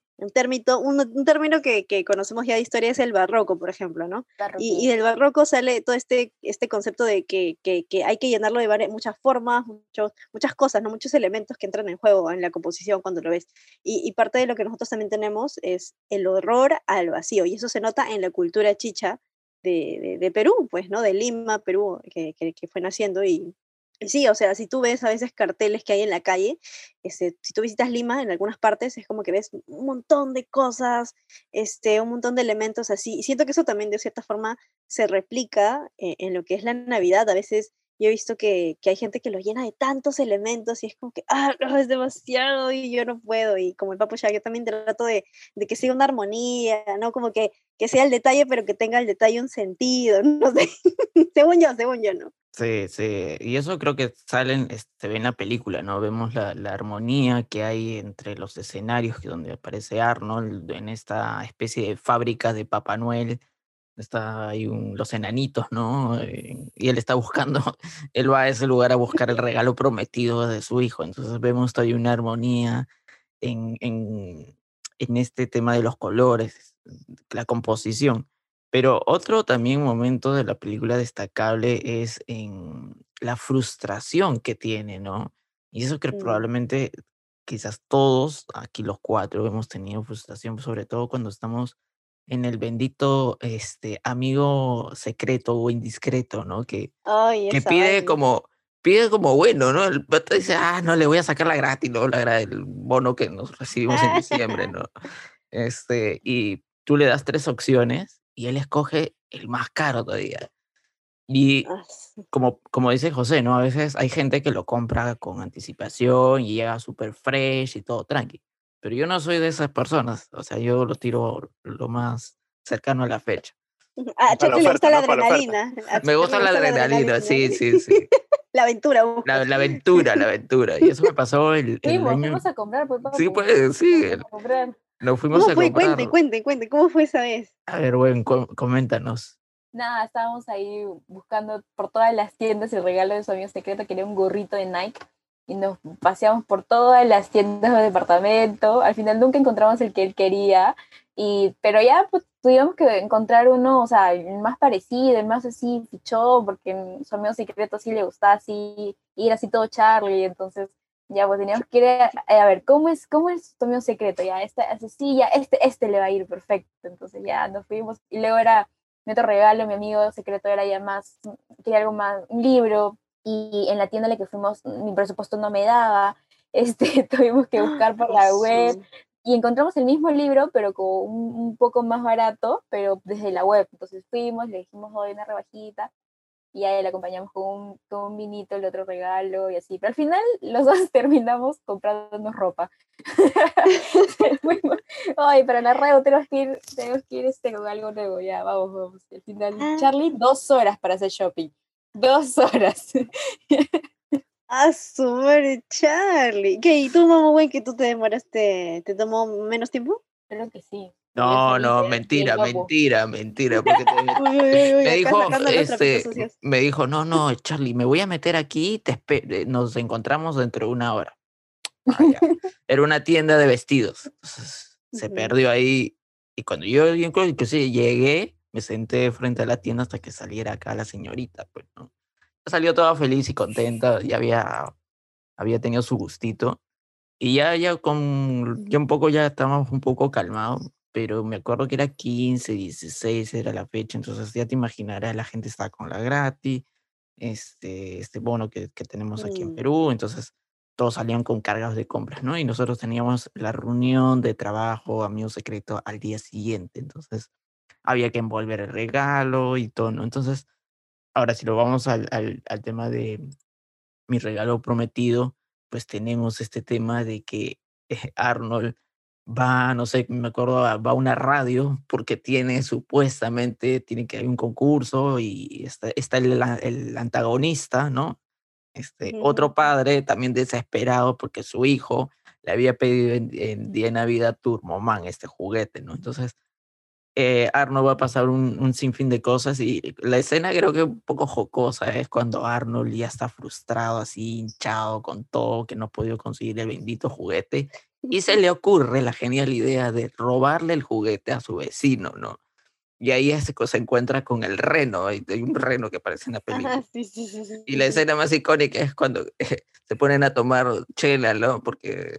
Un término que conocemos ya de historia es el barroco, por ejemplo, ¿no? Y del barroco sale todo este concepto de que hay que llenarlo de muchas formas, muchas cosas, ¿no? Muchos elementos que entran en juego en la composición cuando lo ves. Y parte de lo que nosotros también tenemos es el horror al vacío, y eso se nota en la cultura chicha de Perú, pues, ¿no? De Lima, Perú, que fue naciendo y sí, o sea, si tú ves a veces carteles que hay en la calle, si tú visitas Lima en algunas partes, es como que ves un montón de cosas, un montón de elementos así. Y siento que eso también de cierta forma se replica en lo que es la Navidad. A veces yo he visto que hay gente que lo llena de tantos elementos y es como que, no, es demasiado y yo no puedo. Y como el Papo ya, yo también trato de que siga una armonía, ¿no? Como que sea el detalle, pero que tenga el detalle un sentido, no sé. según yo, ¿no? Sí, sí, y eso creo que se ve en la película, ¿no? Vemos la armonía que hay entre los escenarios donde aparece Arnold en esta especie de fábrica de Papá Noel. Está ahí los enanitos, ¿no? Y él está buscando, él va a ese lugar a buscar el regalo prometido de su hijo. Entonces vemos todavía una armonía en, en, en este tema de los colores, la composición. Pero otro también momento de la película destacable es en la frustración que tiene, ¿no? Y eso que Mm. probablemente quizás todos, aquí los cuatro, hemos tenido frustración, sobre todo cuando estamos en el bendito amigo secreto o indiscreto, ¿no? Ay, Que esa vaina. pide como bueno, ¿no? El pato dice, no le voy a sacar la gratis, ¿no? El bono que nos recibimos en diciembre, ¿no? Y tú le das 3 opciones y él escoge el más caro todavía. Y Ah, sí. como dice José, ¿no? A veces hay gente que lo compra con anticipación y llega súper fresh y todo tranqui. Pero yo no soy de esas personas. O sea, yo lo tiro lo más cercano a la fecha. A A la Charlie le gusta oferta, la ¿no? Para la oferta. adrenalina. A Me Charlie gusta le la gusta la adrenalina, adrenalina. sí, sí, sí. La aventura busca. La aventura, la aventura. Y eso me pasó el año. Fuimos a comprar, pues, Sí, papu. pues, sí. Fuimos a comprar. Nos fuimos ¿Cómo a fue? comprar. Cuente. ¿Cómo fue esa vez? A ver, bueno, coméntanos. Nada, estábamos ahí buscando por todas las tiendas el regalo de su amigo secreto, que era un gorrito de Nike, y nos paseamos por todas las tiendas del departamento. Al final nunca encontramos el que él quería, pero ya pues, tuvimos que encontrar uno, o sea, el más parecido, el más así fichó, porque su amigo secreto sí le gustaba así, ir así todo Charlie, entonces ya pues teníamos que ir a ver, ¿cómo es tu amigo secreto? Ya, así, sí, ya, este le va a ir perfecto. Entonces ya nos fuimos, y luego era mi otro regalo, mi amigo secreto era ya más, quería algo más, un libro, y en la tienda a la que fuimos mi presupuesto no me daba, tuvimos que buscar por la web, y encontramos el mismo libro, pero con un poco más barato, pero desde la web. Entonces fuimos, le dijimos, hoy una rebajita, y a él le acompañamos con un vinito, el otro regalo, y así. Pero al final los dos terminamos comprándonos ropa. Ay, para la radio tenemos que ir con algo nuevo, ya, vamos. Al final, Charlie, 2 horas para hacer shopping. 2 horas. Su madre, Charlie. ¿Qué? ¿Y tú, mamá, güey, que tú te demoraste? ¿Te tomó menos tiempo? Creo que sí. Y yo No, solita no, y el mentira, papu. mentira, mentira, porque Uy, uy, uy, me acá dijo, sacando los trapitos sucios. me dijo, no, Charlie, me voy a meter aquí, nos encontramos dentro de una hora. Ah, ya. Era una tienda de vestidos, entonces se Ujú. perdió ahí, y cuando yo inclusive llegué, me senté frente a la tienda hasta que saliera acá la señorita, pues, ¿no? Salió toda feliz y contenta, ya había tenido su gustito. Y ya un poco ya estábamos un poco calmados, pero me acuerdo que era 15, 16 era la fecha, entonces ya te imaginarás, la gente estaba con la gratis, este bono que tenemos aquí en Mm. Perú, entonces todos salían con cargas de compras, ¿no? Y nosotros teníamos la reunión de trabajo, amigo secreto, al día siguiente, entonces había que envolver el regalo y todo, ¿no? Entonces, ahora si lo vamos al tema de mi regalo prometido, pues tenemos este tema de que Arnold va, no sé, me acuerdo, va a una radio porque supuestamente, tiene que hay un concurso y está el antagonista, ¿no? Ujú. Otro padre también desesperado porque su hijo le había pedido en día de Navidad Turboman, este juguete, ¿no? Entonces, Arnold va a pasar un sinfín de cosas y la escena creo que un poco jocosa es cuando Arnold ya está frustrado, así hinchado con todo, que no ha podido conseguir el bendito juguete y se le ocurre la genial idea de robarle el juguete a su vecino, ¿no? Y ahí se encuentra con el reno, hay un reno que aparece en la Ajá, película. sí, sí, sí, sí, Y la sí. escena más icónica es cuando se ponen a tomar chela, ¿no? Porque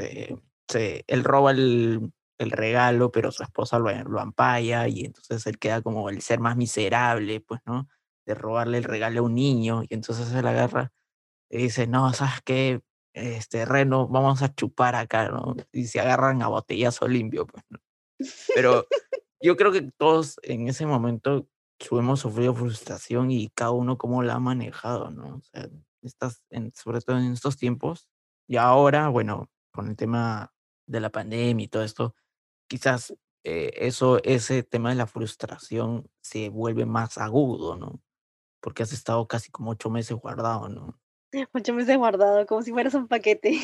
él roba el regalo, pero su esposa lo ampalla y entonces él queda como el ser más miserable, pues, ¿no? De robarle el regalo a un niño y entonces él agarra y dice, no, ¿sabes qué? Reno, vamos a chupar acá, ¿no? Y se agarran a botellazo limpio, pues, ¿no? Pero yo creo que todos en ese momento hemos sufrido frustración y cada uno cómo la ha manejado, ¿no? O sea, sobre todo en estos tiempos, y ahora, bueno, con el tema de la pandemia y todo esto, quizás ese tema de la frustración se vuelve más agudo, ¿no? Porque has estado casi como 8 meses guardado, ¿no? 8 meses guardado, como si fueras un paquete.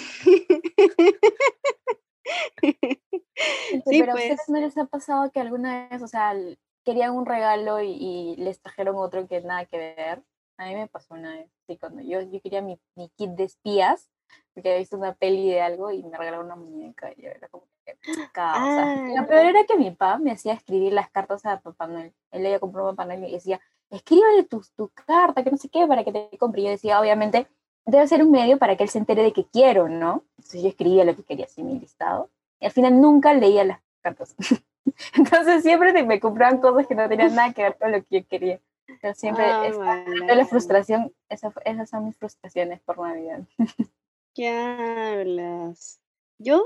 Sí, Pero a ustedes pues. no les ha pasado que alguna vez, o sea, querían un regalo y les trajeron otro que nada que ver. A mí me pasó una vez, sí, cuando yo quería mi kit de espías, porque había visto una peli de algo y me regalaron una muñeca y yo era como que, causa. Lo peor Ah, era que mi papá me hacía escribir las cartas a Papá Noel. Él había comprado a Papá Noel y decía, escríbale tu carta, que no sé qué, para que te compre. Y yo decía, obviamente, debe ser un medio para que él se entere de que quiero, ¿no? Entonces yo escribía lo que quería, así mi listado. Y al final nunca leía las cartas. Entonces siempre me compraban cosas que no tenían nada que ver con lo que yo quería. Pero siempre está la malandro. frustración, esas son mis frustraciones por Navidad. ¿Qué hablas? Yo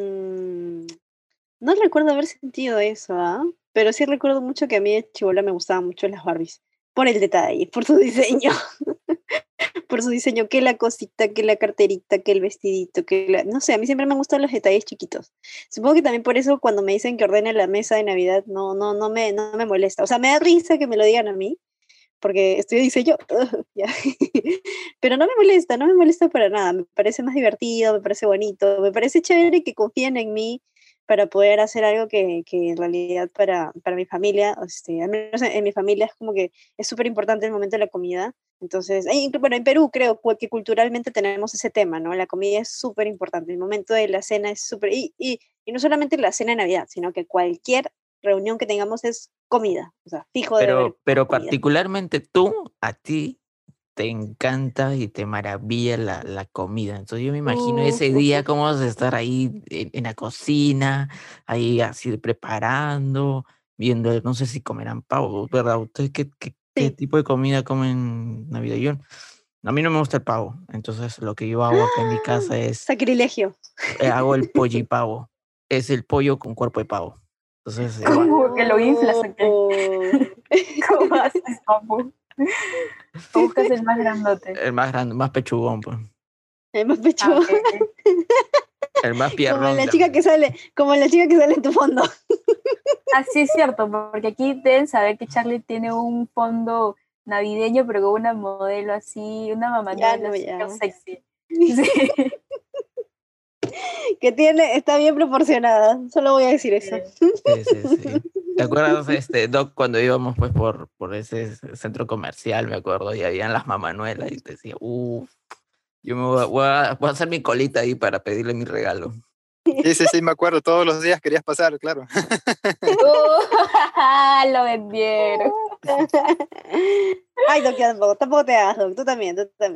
no recuerdo haber sentido eso, ¿ah? Pero sí recuerdo mucho que a mí de chibola me gustaban mucho las Barbies. Por el detalle, por su diseño. Por su diseño, que la cosita, que la carterita, que el vestidito, No sé, a mí siempre me gustan los detalles chiquitos. Supongo que también por eso cuando me dicen que ordene la mesa de Navidad, no me molesta. O sea, me da risa que me lo digan a mí, porque estudio diseño, ya. Pero no me molesta para nada. Me parece más divertido, me parece bonito, me parece chévere que confíen en mí para poder hacer algo que en realidad para mi familia, al menos en mi familia es como que es súper importante el momento de la comida. Entonces, bueno, en Perú creo que culturalmente tenemos ese tema, ¿no? La comida es súper importante, el momento de la cena es súper, y no solamente la cena de Navidad, sino que cualquier reunión que tengamos es comida, o sea, fijo de haber Pero comida. particularmente a ti te encanta y te maravilla la comida. Entonces yo me imagino Uf, ese uf, día uf. cómo vas a estar ahí en la cocina, ahí así preparando, viendo, no sé si comerán pavo, ¿verdad? ¿Ustedes qué Sí. tipo de comida comen en Navidad? A mí no me gusta el pavo, entonces lo que yo hago acá en mi casa es, Sacrilegio. hago el pollipavo. Es el pollo con cuerpo de pavo. Entonces, igual. ¿Cómo que lo inflas o qué? Oh. ¿Cómo haces, papu? ¿O buscas el más grandote? El más grande, más pechugón, pues. El más Ah, pechudo. ok, ok. El más Como piernón la chica que también. sale, como la chica que sale en tu fondo. Ah, sí es cierto, porque aquí deben saber que Charlie tiene un fondo navideño, pero con una modelo así, una Ya mamanela no, súper ya. sexy. Sí. que tiene, está bien proporcionada. Solo voy a decir eso. Sí. ¿Te acuerdas, Doc, cuando íbamos pues por ese centro comercial, me acuerdo, y habían las mamanuelas y te decía, yo me voy a hacer mi colita ahí para pedirle mi regalo. Sí, me acuerdo, todos los días querías pasar, claro. Lo vendieron. Ay, Doc, ya tampoco te hagas, Doc. Tú también.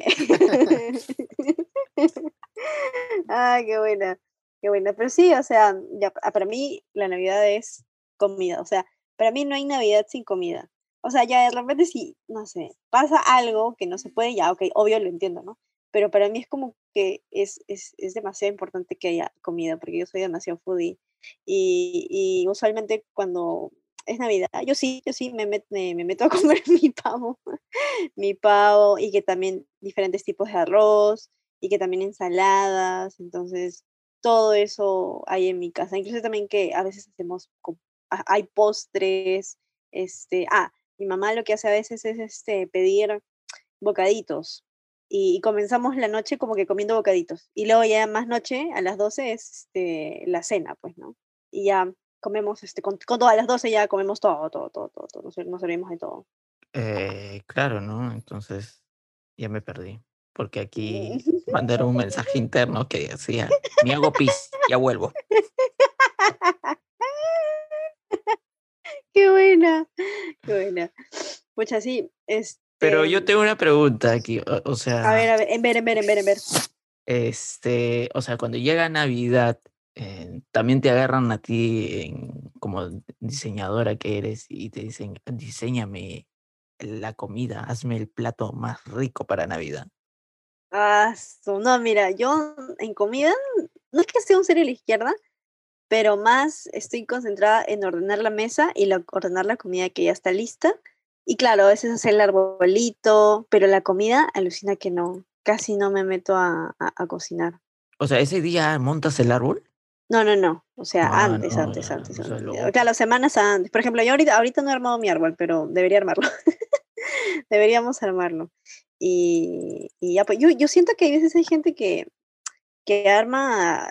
Ay, qué buena. Pero sí, o sea, ya, para mí la Navidad es comida. O sea, para mí no hay Navidad sin comida. O sea, ya de repente si, no sé, pasa algo que no se puede, ya, ok, obvio lo entiendo, ¿no? Pero para mí es como que es demasiado importante que haya comida, porque yo soy demasiado foodie. Y usualmente cuando es Navidad, yo sí me meto a comer mi pavo, y que también diferentes tipos de arroz, y que también ensaladas. Entonces todo eso hay en mi casa, incluso también que a veces hacemos, hay postres, mi mamá lo que hace a veces es pedir bocaditos, y comenzamos la noche como que comiendo bocaditos, y luego ya más noche, a las 12 es la cena, pues, ¿no? Y ya comemos, con todas las 12 ya comemos todo, nos servimos de todo. Claro, ¿no? Entonces ya me perdí, porque aquí mandaron un mensaje interno que decía, me hago pis, ya vuelvo. Qué buena, qué buena. Pues así, Pero yo tengo una pregunta aquí, o a sea, ver, en ver. o sea, cuando llega Navidad, también te agarran a ti como diseñadora que eres y te dicen, diséñame la comida, hazme el plato más rico para Navidad. No, mira, yo en comida, no es que sea un cero a la izquierda, pero más estoy concentrada en ordenar la mesa y ordenar la comida que ya está lista. Y claro, a veces hacer el arbolito, pero la comida, alucina que no, casi no me meto a cocinar. O sea, ese día montas el árbol. No, o sea, Ah, antes, no, antes, ya, antes, eso es antes. loco. Claro, semanas antes. Por ejemplo, yo ahorita no he armado mi árbol, pero debería armarlo. Deberíamos armarlo. Y ya, pues yo siento que a veces hay gente que arma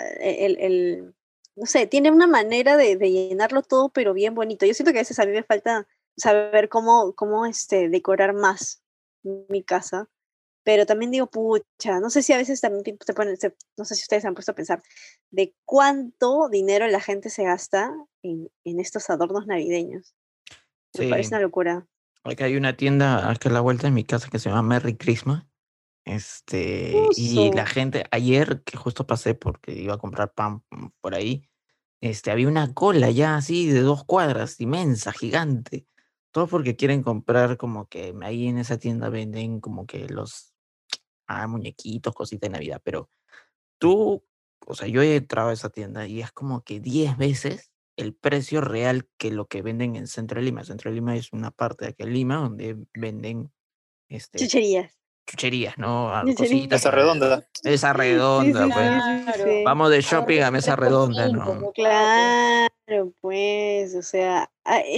no sé, tiene una manera de llenarlo todo, pero bien bonito. Yo siento que a veces a mí me falta saber cómo decorar más mi casa, pero también digo, pucha, no sé si a veces también no sé si ustedes se han puesto a pensar de cuánto dinero la gente se gasta en estos adornos navideños. Me parece Sí, una locura. acá hay una tienda acá a la vuelta de mi casa que se llama Merry Christmas. Y la Uso. gente, ayer que justo pasé porque iba a comprar pan por ahí, había una cola ya así de 2 cuadras, inmensa, gigante. Todo porque quieren comprar como que ahí en esa tienda venden como que los muñequitos, cositas de Navidad. Pero tú, o sea, yo he entrado a esa tienda y es como que 10 veces el precio real que lo que venden en Centro de Lima. Centro de Lima es una parte de aquí en Lima donde venden este, Chucherías. chucherías, ¿no? Cositas Mesa Chucherías. para redonda. mesa Sí, redonda, sí, pues. sí, sí, Claro. sí. Vamos de shopping Ahorros a mesa 3x5, redonda, ¿no? ¿no? Claro, pues, o sea,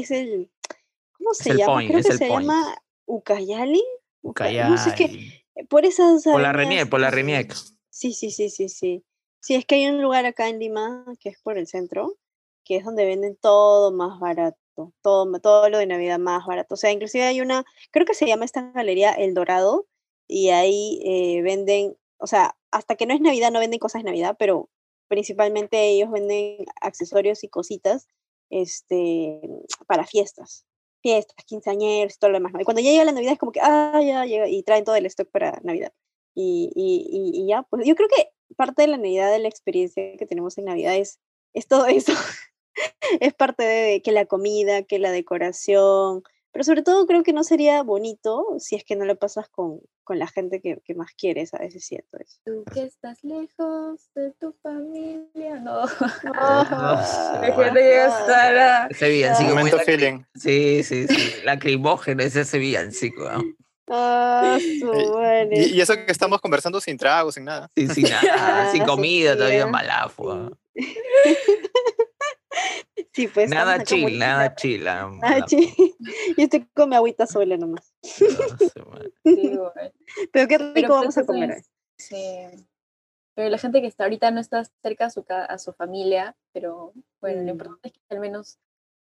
¿cómo Es se el llama? point, Creo es que el se point. llama Ucayali. No sé, es que Ucayali. por esas avenidas. Por la Reniec. Sí. Sí, es que hay un lugar acá en Lima, que es por el centro, que es donde venden todo más barato, todo lo de Navidad más barato. O sea, inclusive creo que se llama esta galería El Dorado, y ahí venden, o sea, hasta que no es Navidad no venden cosas de Navidad, pero principalmente ellos venden accesorios y cositas este, para fiestas, quinceañeros y todo lo demás, ¿no? Y cuando ya llega la Navidad es como que, ya llega, y traen todo el stock para Navidad. Y ya, pues yo creo que parte de la Navidad, de la experiencia que tenemos en Navidad es todo eso. Es parte de que la comida, que la decoración, pero sobre todo creo que no sería bonito si es que no lo pasas con la gente que más quieres, a veces siento eso. Tú que estás lejos de tu familia, no. Se La va. gente llega hasta la... Ese villancico muy Momento feeling. Sí. Lacrimógeno es ese villancico, ¿no? Su Y, madre, y eso que sí. estamos conversando sin tragos, sin nada. Sin nada, sin Sí, comida, todavía ya, malafo. ¿Ah? sí. Sí, pues estamos Nada acá chill, muriendo de nada hambre. chill. Sí. Yo estoy con mi agüita sola nomás. No, se va. Sí, bueno. Pero qué Pero rico pues vamos a eso comer hoy. es, sí. Pero la gente que está ahorita no está cerca a su familia, pero bueno, lo Mm. importante es que al menos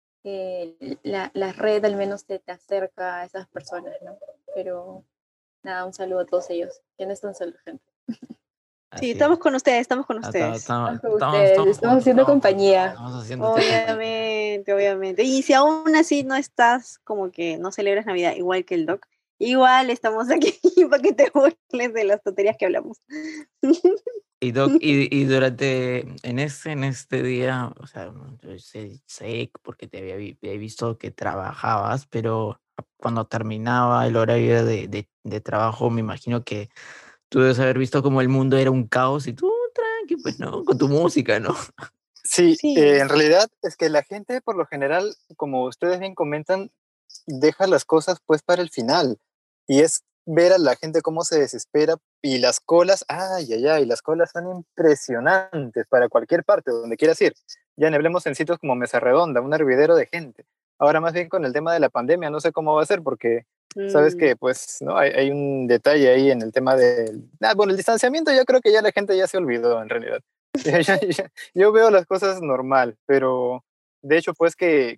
la red al menos te acerca a esas personas, ¿no? Pero nada, un saludo a todos ellos, que no están solos, gente. Sí, Así estamos es. con ustedes, estamos con ustedes. Estamos con ustedes, estamos haciendo compañía. Estamos haciéndote compañía. Obviamente, obviamente. Y si aún así no estás, como que no celebras Navidad igual que el Doc, igual estamos aquí para que te burles de las tonterías que hablamos. Y Doc, y durante, en este día, o sea, yo sé porque te he visto que trabajabas, pero cuando terminaba el horario de trabajo, me imagino que tú debes haber visto como el mundo era un caos y tú tranqui, pues, ¿no? Con tu música, ¿no? Sí, Sí, en realidad es que la gente por lo general, como ustedes bien comentan, deja las cosas pues para el final. Y es ver a la gente cómo se desespera y las colas, ay, ay, ay, las colas son impresionantes para cualquier parte, donde quieras ir. Ya no hablemos en sitios como Mesa Redonda, un hervidero de gente. Ahora más bien con el tema de la pandemia, no sé cómo va a ser porque sabes mm, que pues no hay un detalle ahí en el tema del... bueno, el distanciamiento yo creo que ya la gente ya se olvidó en realidad. Yo veo las cosas normal, pero de hecho pues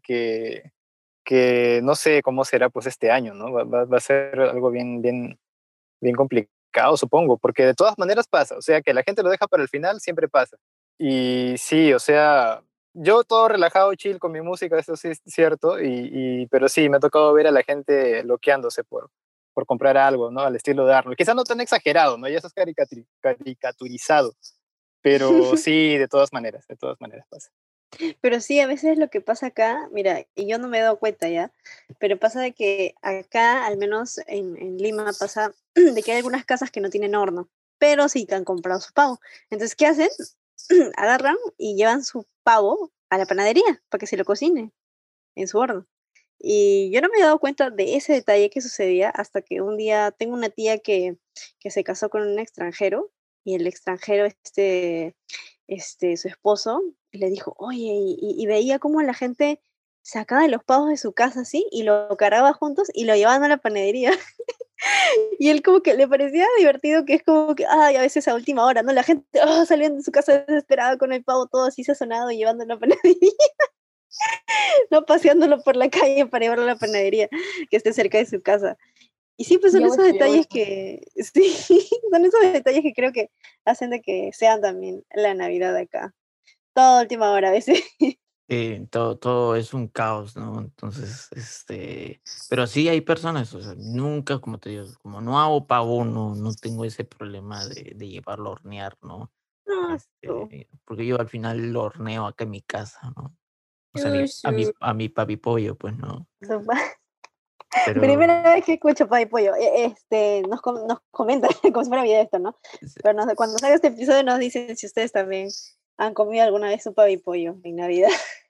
que no sé cómo será pues este año, ¿no? Va a ser algo bien complicado, supongo, porque de todas maneras pasa, o sea, que la gente lo deja para el final, siempre pasa. Y sí, o sea, yo todo relajado, chill con mi música, eso sí es cierto, pero sí, me ha tocado ver a la gente loqueándose por comprar algo, ¿no? Al estilo de Arnold. Quizá no tan exagerado, ¿no? Ya eso es caricaturizado, pero sí, de todas maneras pasa. Pero sí, a veces lo que pasa acá, mira, y yo no me he dado cuenta ya, pero pasa de que acá, al menos en Lima, pasa de que hay algunas casas que no tienen horno, pero sí que han comprado su pavo. Entonces, ¿qué hacen? Agarran y llevan su pavo a la panadería para que se lo cocine en su horno. Y yo no me he dado cuenta de ese detalle que sucedía hasta que un día tengo una tía que se casó con un extranjero y el extranjero, su esposo, le dijo, oye, y veía cómo la gente sacaba los pavos de su casa así y lo cargaba juntos y lo llevaban a la panadería. Y él como que le parecía divertido que es como que, ay, a veces a última hora, ¿no? La gente saliendo de su casa desesperada con el pavo todo así sazonado y llevándolo a la panadería. No paseándolo por la calle para llevarlo a la panadería que esté cerca de su casa. Y sí, pues son Yo esos mucho, yo detalles mucho. que, sí, son esos detalles que creo que hacen de que sean también la Navidad acá. Todo a última hora a veces. Todo es un caos, ¿no? Entonces, pero sí hay personas, o sea, nunca, como te digo, como no hago pavo, no tengo ese problema de llevarlo a hornear, ¿no? No, tú. Porque yo al final lo horneo acá en mi casa, ¿no? O sea, Chushu. a mi papi pollo, pues, ¿no? Sopa. Pero Primera vez que escucho Pai Pollo. Nos comenta, como si fuera video esto, ¿no? Pero cuando salga este episodio nos dicen si ustedes también han comido alguna vez sopa de pollo en Navidad.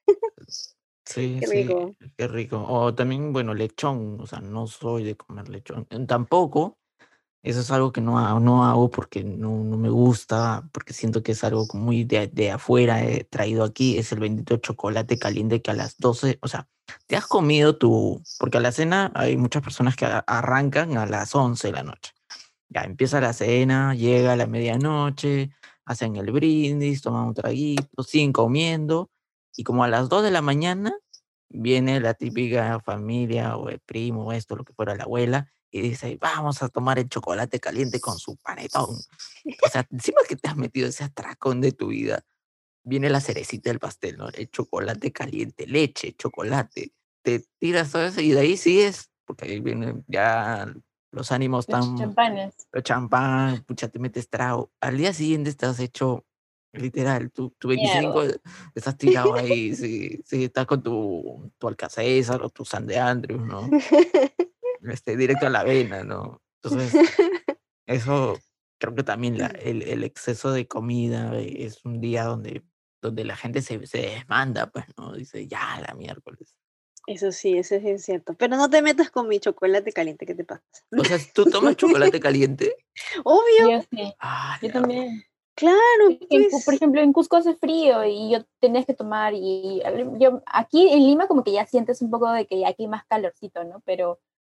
sí, Qué sí, rico. qué rico. O también, bueno, lechón, o sea, no soy de comer lechón. Tampoco. Eso es algo que no hago porque no me gusta, porque siento que es algo como muy de afuera traído aquí. Es el bendito chocolate caliente que a las 12, o sea, te has comido porque a la cena hay muchas personas que arrancan a las 11 de la noche. Ya empieza la cena, llega a la medianoche, hacen el brindis, toman un traguito, siguen comiendo, y como a las 2 de la mañana viene la típica familia o el primo o esto, lo que fuera la abuela, y dice, vamos a tomar el chocolate caliente con su panetón. O sea, encima que te has metido ese atracón de tu vida, viene la cerecita del pastel, ¿no? El chocolate caliente, leche, chocolate. Te tiras todo eso y de ahí sigues, porque ahí vienen ya los ánimos Los tan, champanes. el champán, pucha, te metes trago. Al día siguiente estás hecho, literal, tu Mierda. 25 estás tirado ahí, sí, sí, estás con tu Alka-Seltzer o tu San de Andrews, ¿no? Directo a la vena, ¿no? Entonces, eso creo que también el exceso de comida es un día donde la gente se desmanda, pues, ¿no? Dice, ya, la miércoles. Eso sí, eso sí es cierto. Pero no te metas con mi chocolate caliente, ¿qué te pasa? O sea, ¿tú tomas chocolate caliente? Obvio, Yo sí. Ah, Yo la también. claro, Por pues. ejemplo, en Cusco hace frío y yo tenías que tomar yo aquí en Lima como que ya sientes un poco de que aquí hay más calorcito, ¿no? Pero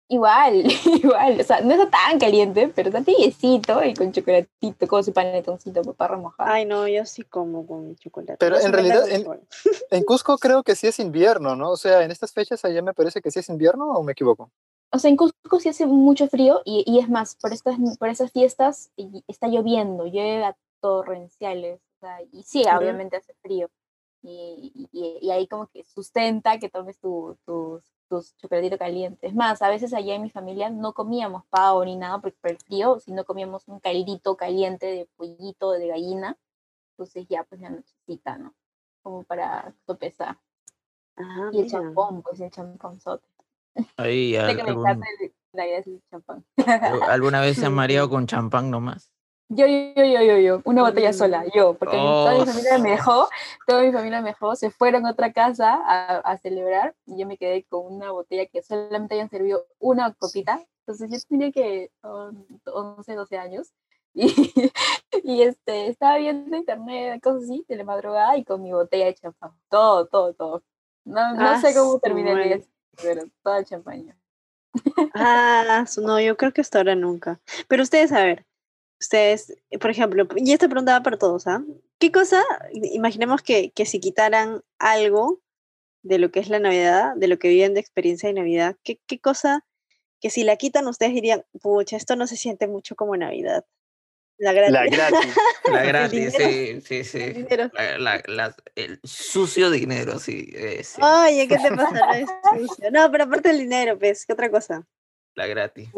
Igual, igual, o sea, no está tan caliente, pero está tibiecito y con chocolatito, como su panetoncito para remojar. Ay, no, yo sí como con chocolate. Pero No se en meta realidad, con chocolate. en Cusco creo que sí es invierno, ¿no? O sea, en estas fechas allá me parece que sí es invierno, ¿o me equivoco? O sea, en Cusco sí hace mucho frío y es más, por esas fiestas está lloviendo, llueve a torrenciales, o sea, y sí, Ujú. obviamente hace frío. Y ahí como que sustenta que tomes tus chocolatitos calientes. Es más, a veces allá en mi familia no comíamos pavo ni nada por el frío, sino comíamos un caldito caliente de pollito, de gallina. Entonces ya pues la nochecita, ¿no? Como para sopesar. Ah, Y el mira. champón, pues el champonzote. Ahí Sé que me encanta la idea del champán. ¿alguna vez se han mareado Ujú. con champán nomás? Yo, una botella sola, Mm. yo, porque toda mi Oh, familia me dejó, toda mi familia me dejó, se fueron a otra casa a celebrar y yo me quedé con una botella que solamente habían servido una copita, entonces yo tenía que 11, 12 años y, estaba viendo internet, cosas así, de la madrugada y con mi botella de champán, todo. No Ah, sé cómo su terminé el día, madre. pero todo el champaña. No, yo creo que hasta ahora nunca. Pero ustedes, a ver, ustedes, por ejemplo, y esta pregunta va para todos, ¿ah? ¿Qué cosa, imaginemos que si quitaran algo de lo que es la Navidad, de lo que viven de experiencia de Navidad, qué cosa que si la quitan ustedes dirían, pucha, esto no se siente mucho como Navidad? La La gratis. gratis. la El gratis, dinero, sí, sí, el sí. dinero. El sucio dinero, sí, ese, Oye, ¿qué te pasa? No es sucio. No, pero aparte del dinero, pues, ¿qué otra cosa? la gratis.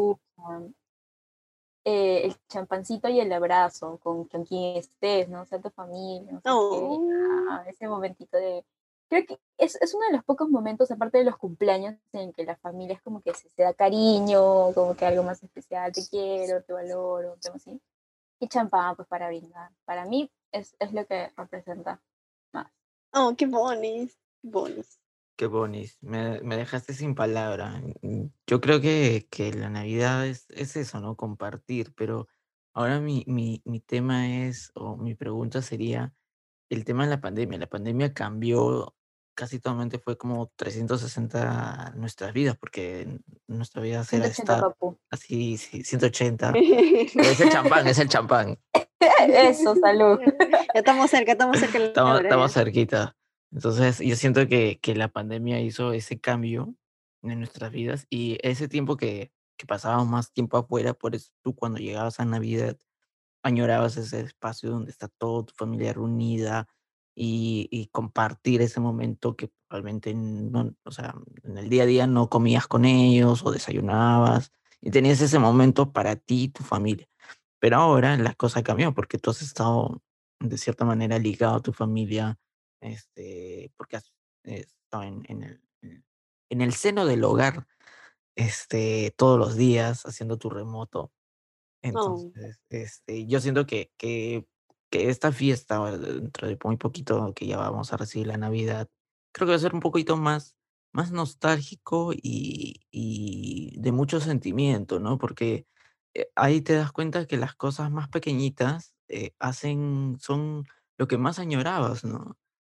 El champancito y el abrazo con quien estés, ¿no? O sea, tu familia, no sé qué. No. Ese momentito de... Creo que es uno de los pocos momentos, aparte de los cumpleaños, en que la familia es como que se da cariño, como que algo más especial, te quiero, te valoro, tema así. Y champán, pues para brindar. Para mí es lo que representa más. Oh, qué bonis, bonis. Qué bonis, me dejaste sin palabra. Yo creo que la Navidad es eso, ¿no? Compartir, pero ahora mi tema es, o mi pregunta sería, el tema de la pandemia. La pandemia cambió, casi totalmente fue como 360 nuestras vidas, porque nuestra vida era 180 esta, papu. así, sí, 180. Es el champán, es el champán. Eso, salud. Ya estamos cerca de la hora Estamos ya. cerquita. Entonces, yo siento que la pandemia hizo ese cambio en nuestras vidas y ese tiempo que pasábamos más tiempo afuera, por eso tú cuando llegabas a Navidad añorabas ese espacio donde está toda tu familia reunida y compartir ese momento que probablemente no, o sea, en el día a día no comías con ellos o desayunabas y tenías ese momento para ti y tu familia. Pero ahora la cosa cambió porque tú has estado de cierta manera ligado a tu familia, porque has estado en el seno del hogar, todos los días haciendo tu remoto. Oh, Entonces, yo siento que esta fiesta, dentro de muy poquito que ya vamos a recibir la Navidad, creo que va a ser un poquito más nostálgico y de mucho sentimiento, ¿no? Porque ahí te das cuenta que las cosas más pequeñitas son lo que más añorabas, ¿no?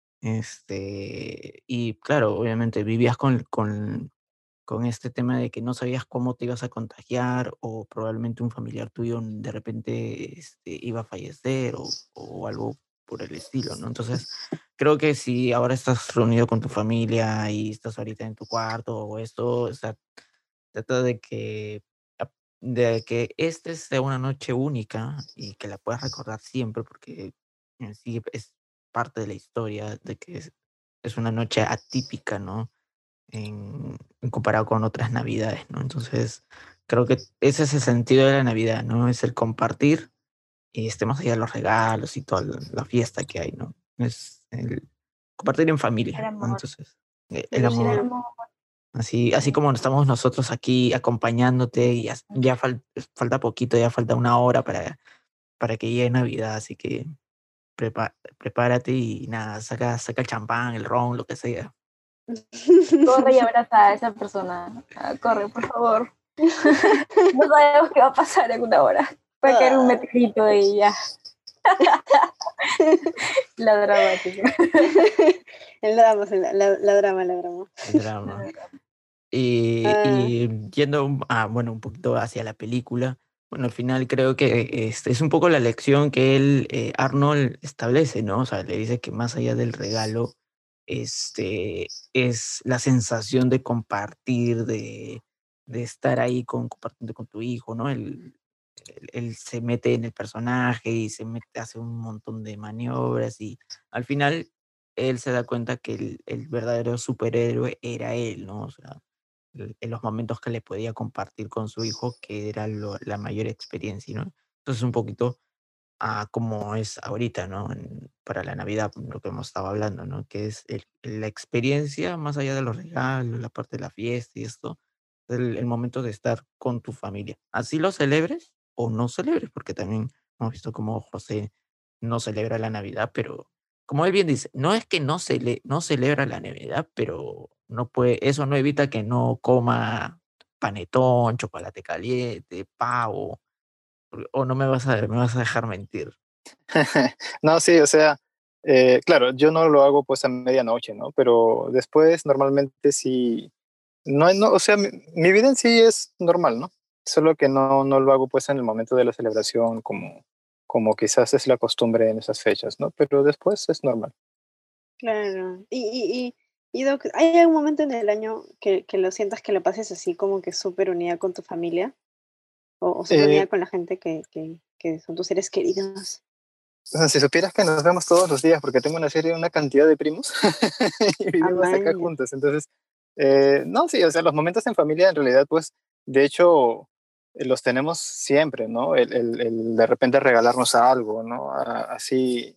Y claro, obviamente vivías con este tema de que no sabías cómo te ibas a contagiar o probablemente un familiar tuyo de repente iba a fallecer o algo por el estilo, ¿no? Entonces, creo que si ahora estás reunido con tu familia y estás ahorita en tu cuarto o esto, o sea, trata de que sea una noche única y que la puedas recordar siempre porque en sí es parte de la historia de que es una noche atípica, ¿no? En comparado con otras navidades, ¿no? Entonces, creo que ese es el sentido de la Navidad, ¿no? Es el compartir y más allá de los regalos y toda la fiesta que hay, ¿no? Es el compartir en El familia, ¿no? amor. Entonces, el El amor, sí. amor. así como estamos nosotros aquí acompañándote y ya falta poquito, ya falta una hora para que llegue Navidad, así que prepárate y nada, saca el champán, el ron, lo que sea. Corre y abraza a esa persona. Corre, por favor. No sabemos qué va a pasar en una hora. Puede caer un Ah. meteorito y ya. La dramática. El drama, la drama. El drama. Ah, Y yendo bueno, un poquito hacia la película, bueno, al final creo que es un poco la lección que Arnold establece, ¿no? O sea, le dice que más allá del regalo, es la sensación de compartir, de estar ahí compartiendo con tu hijo, ¿no? Él se mete en el personaje y hace un montón de maniobras y al final él se da cuenta que el verdadero superhéroe era él, ¿no? O sea, en los momentos que le podía compartir con su hijo, que era la mayor experiencia, ¿no? Entonces un poquito a como es ahorita, ¿no? Para la Navidad, lo que hemos estado hablando, ¿no? Que es la experiencia más allá de los regalos, la parte de la fiesta y esto, el momento de estar con tu familia. Así lo celebres o no celebres, porque también hemos visto cómo José no celebra la Navidad, pero como él bien dice, no es que no celebra la Navidad, pero no puede, eso no evita que no coma panetón, chocolate caliente, pavo, o no me vas a dejar mentir. No, sí, o sea, claro, yo no lo hago pues a medianoche, ¿no? Pero después normalmente sí, no, o sea, mi vida en sí es normal, ¿no? Solo que no lo hago pues en el momento de la celebración como quizás es la costumbre en esas fechas, ¿no? Pero después es normal. claro. Y Doc, ¿hay algún momento en el año que lo sientas que lo pases así como que súper unida con tu familia? O súper Eh, unida con la gente que son tus seres queridos. o sea, si supieras que nos vemos todos los días, porque tengo una cantidad de primos y vivimos acá Amaya. juntos, entonces, no, sí, o sea, los momentos en familia en realidad, pues, de hecho, los tenemos siempre, ¿no? El de repente regalarnos algo, ¿no? Así,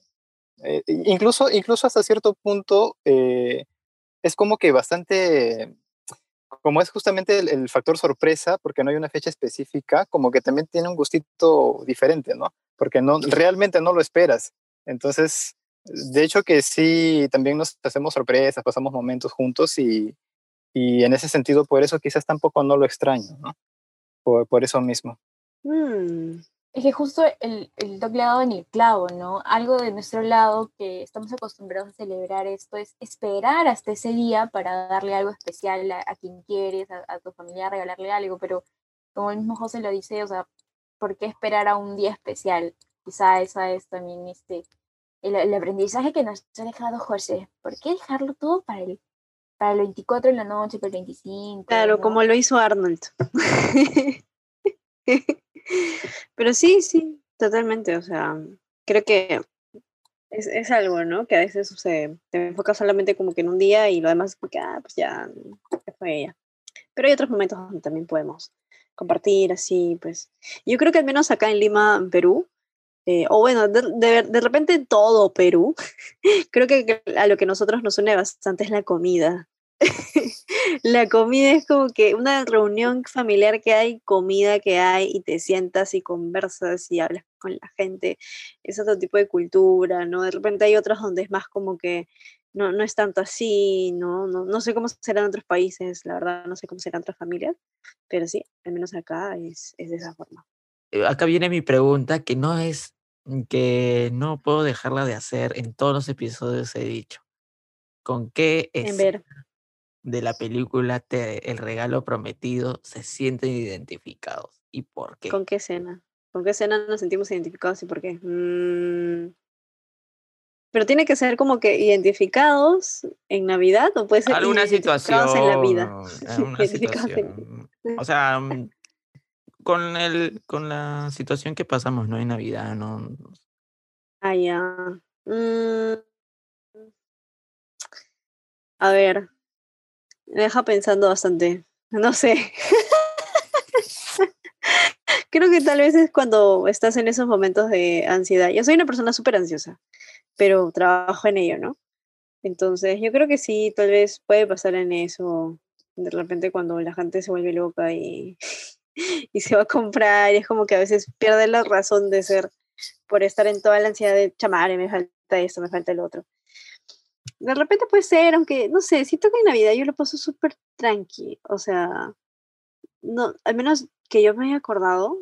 incluso hasta cierto punto, es como que bastante, como es justamente el factor sorpresa, porque no hay una fecha específica, como que también tiene un gustito diferente, ¿no? Porque realmente no lo esperas. Entonces, de hecho que sí, también nos hacemos sorpresas, pasamos momentos juntos y en ese sentido, por eso quizás tampoco no lo extraño, ¿no? Por eso mismo. Mm, Es que justo el Doc le ha dado en el clavo, ¿no? Algo de nuestro lado que estamos acostumbrados a celebrar esto es esperar hasta ese día para darle algo especial a quien quieres, a tu familia, regalarle algo, pero como el mismo José lo dice, o sea, ¿por qué esperar a un día especial? Quizá esa es también el aprendizaje que nos ha dejado José. ¿Por qué dejarlo todo para el 24 en la noche, para el 25, claro, ¿no? como lo hizo Arnold. Pero sí, sí, totalmente. O sea, creo que es algo, ¿no? Que a veces sucede. Te enfocas solamente como que en un día y lo demás es porque, pues ya, ya fue ella. Pero hay otros momentos donde también podemos compartir así, pues. Yo creo que al menos acá en Lima, en Perú, o bueno, de repente en todo Perú, creo que a lo que nosotros nos une bastante es la comida. La comida es como que una reunión familiar que hay, comida que hay, y te sientas y conversas y hablas con la gente. Es otro tipo de cultura, ¿no? De repente hay otros donde es más como que no es tanto así, ¿no? No sé cómo serán otros países, la verdad, no sé cómo serán otras familias, pero sí, al menos acá es de esa forma. Acá viene mi pregunta, que no puedo dejarla de hacer, en todos los episodios he dicho. ¿Con qué En ver, escena de la película El regalo prometido se sienten identificados y por qué? ¿con qué escena? ¿Con qué escena nos sentimos identificados y por qué? Pero tiene que ser como que identificados en Navidad o puede ser identificados en la vida. Alguna Identificados en la situación. vida. O sea, con la situación que pasamos, ¿no? En Navidad, ¿no? Ah, ya. Mm, a ver, me deja pensando bastante. No sé. Creo que tal vez es cuando estás en esos momentos de ansiedad. Yo soy una persona súper ansiosa, pero trabajo en ello, ¿no? Entonces, yo creo que sí, tal vez puede pasar en eso. De repente cuando la gente se vuelve loca y, y se va a comprar, y es como que a veces pierde la razón de ser por estar en toda la ansiedad de chamar, me falta esto, me falta el otro. De repente puede ser, aunque no sé, siento que en Navidad yo lo paso súper tranqui, o sea, no, al menos que yo me haya acordado,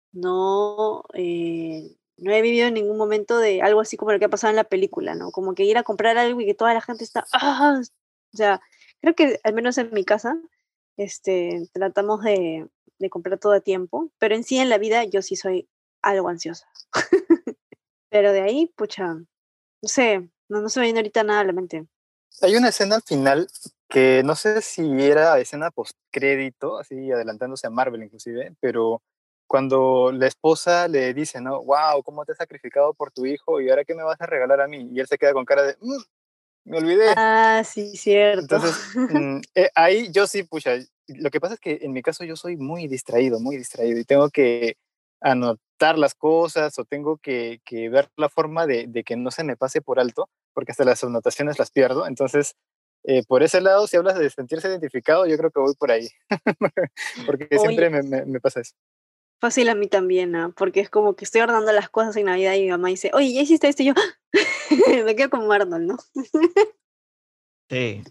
no he vivido en ningún momento de algo así como lo que ha pasado en la película, ¿no? Como que ir a comprar algo y que toda la gente está, ¡ah! O sea, creo que al menos en mi casa tratamos de comprar todo a tiempo, pero en sí en la vida yo sí soy algo ansiosa. Pero de ahí, pucha, no sé, no se me viene ahorita nada a la mente. Hay una escena al final que no sé si era escena postcrédito, así adelantándose a Marvel inclusive, pero cuando la esposa le dice, ¿no? Wow, ¿cómo te has sacrificado por tu hijo? ¿Y ahora qué me vas a regalar a mí? Y él se queda con cara de, me olvidé. Ah, sí, cierto. Entonces, ahí yo sí, pucha, lo que pasa es que en mi caso yo soy muy distraído y tengo que anotar las cosas o tengo que ver la forma de que no se me pase por alto, porque hasta las anotaciones las pierdo. Entonces, por ese lado, si hablas de sentirse identificado, yo creo que voy por ahí, porque siempre Oye, me pasa eso. fácil a mí también, ¿ah? Porque es como que estoy ordenando las cosas en Navidad y mi mamá dice, oye, ¿ya hiciste esto? Y yo, me quedo como Arnold, ¿no? Sí,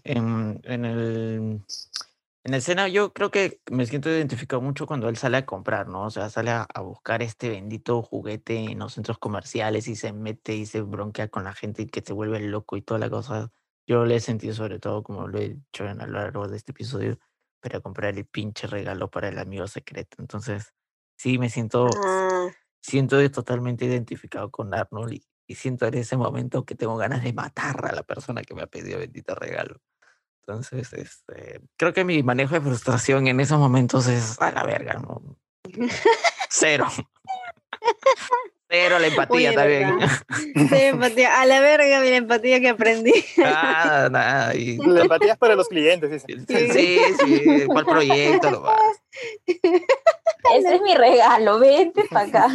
en el escena yo creo que me siento identificado mucho cuando él sale a comprar, ¿no? O sea, sale a buscar este bendito juguete en los centros comerciales y se mete y se bronquea con la gente y que se vuelve loco y toda la cosa. Yo le he sentido sobre todo, como lo he dicho a lo largo de este episodio, para comprar el pinche regalo para el amigo secreto. Entonces, sí, Ah, siento totalmente identificado con Arnold y siento en ese momento que tengo ganas de matar a la persona que me ha pedido el bendito regalo. Entonces, creo que mi manejo de frustración en esos momentos es a la verga, ¿no? Cero, cero la empatía oye, también. ¿verdad? Sí, empatía. A la verga, mi empatía que aprendí. Nada, nada. Y La empatía es para los clientes, dice. Sí. sí, sí, ¿cuál proyecto lo vas? Ese es mi regalo, vente para acá.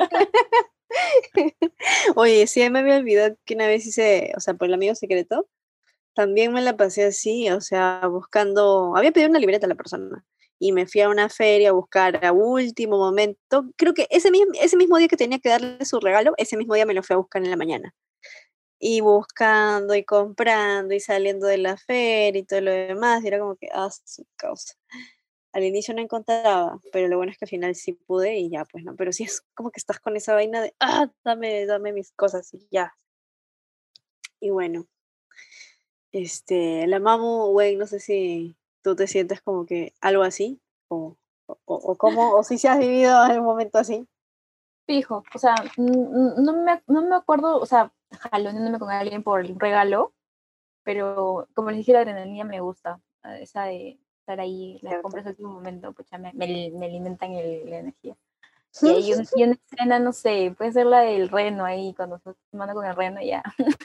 Oye, sí, me había olvidado que una vez hice, o sea, por el amigo secreto, también me la pasé así, o sea, buscando, había pedido una libreta a la persona y me fui a una feria a buscar a último momento, creo que ese mismo día que tenía que darle su regalo, ese mismo día me lo fui a buscar en la mañana. Y buscando y comprando y saliendo de la feria y todo lo demás, y era como que, su causa. Al inicio no encontraba, pero lo bueno es que al final sí pude y ya, pues no, pero sí es como que estás con esa vaina de, dame mis cosas y ya. Y bueno, la Mamu, güey, no sé si tú te sientes como que algo así, o cómo, o si se has vivido en un momento así. Fijo, o sea, no me acuerdo, o sea, jaloneándome con alguien por el regalo, pero como les dije, la adrenalina me gusta, esa de estar ahí, las Cierto. compras al último momento, pucha, me alimentan la energía. Y una escena, no sé, puede ser la del reno ahí, cuando estás tomando con el reno ya.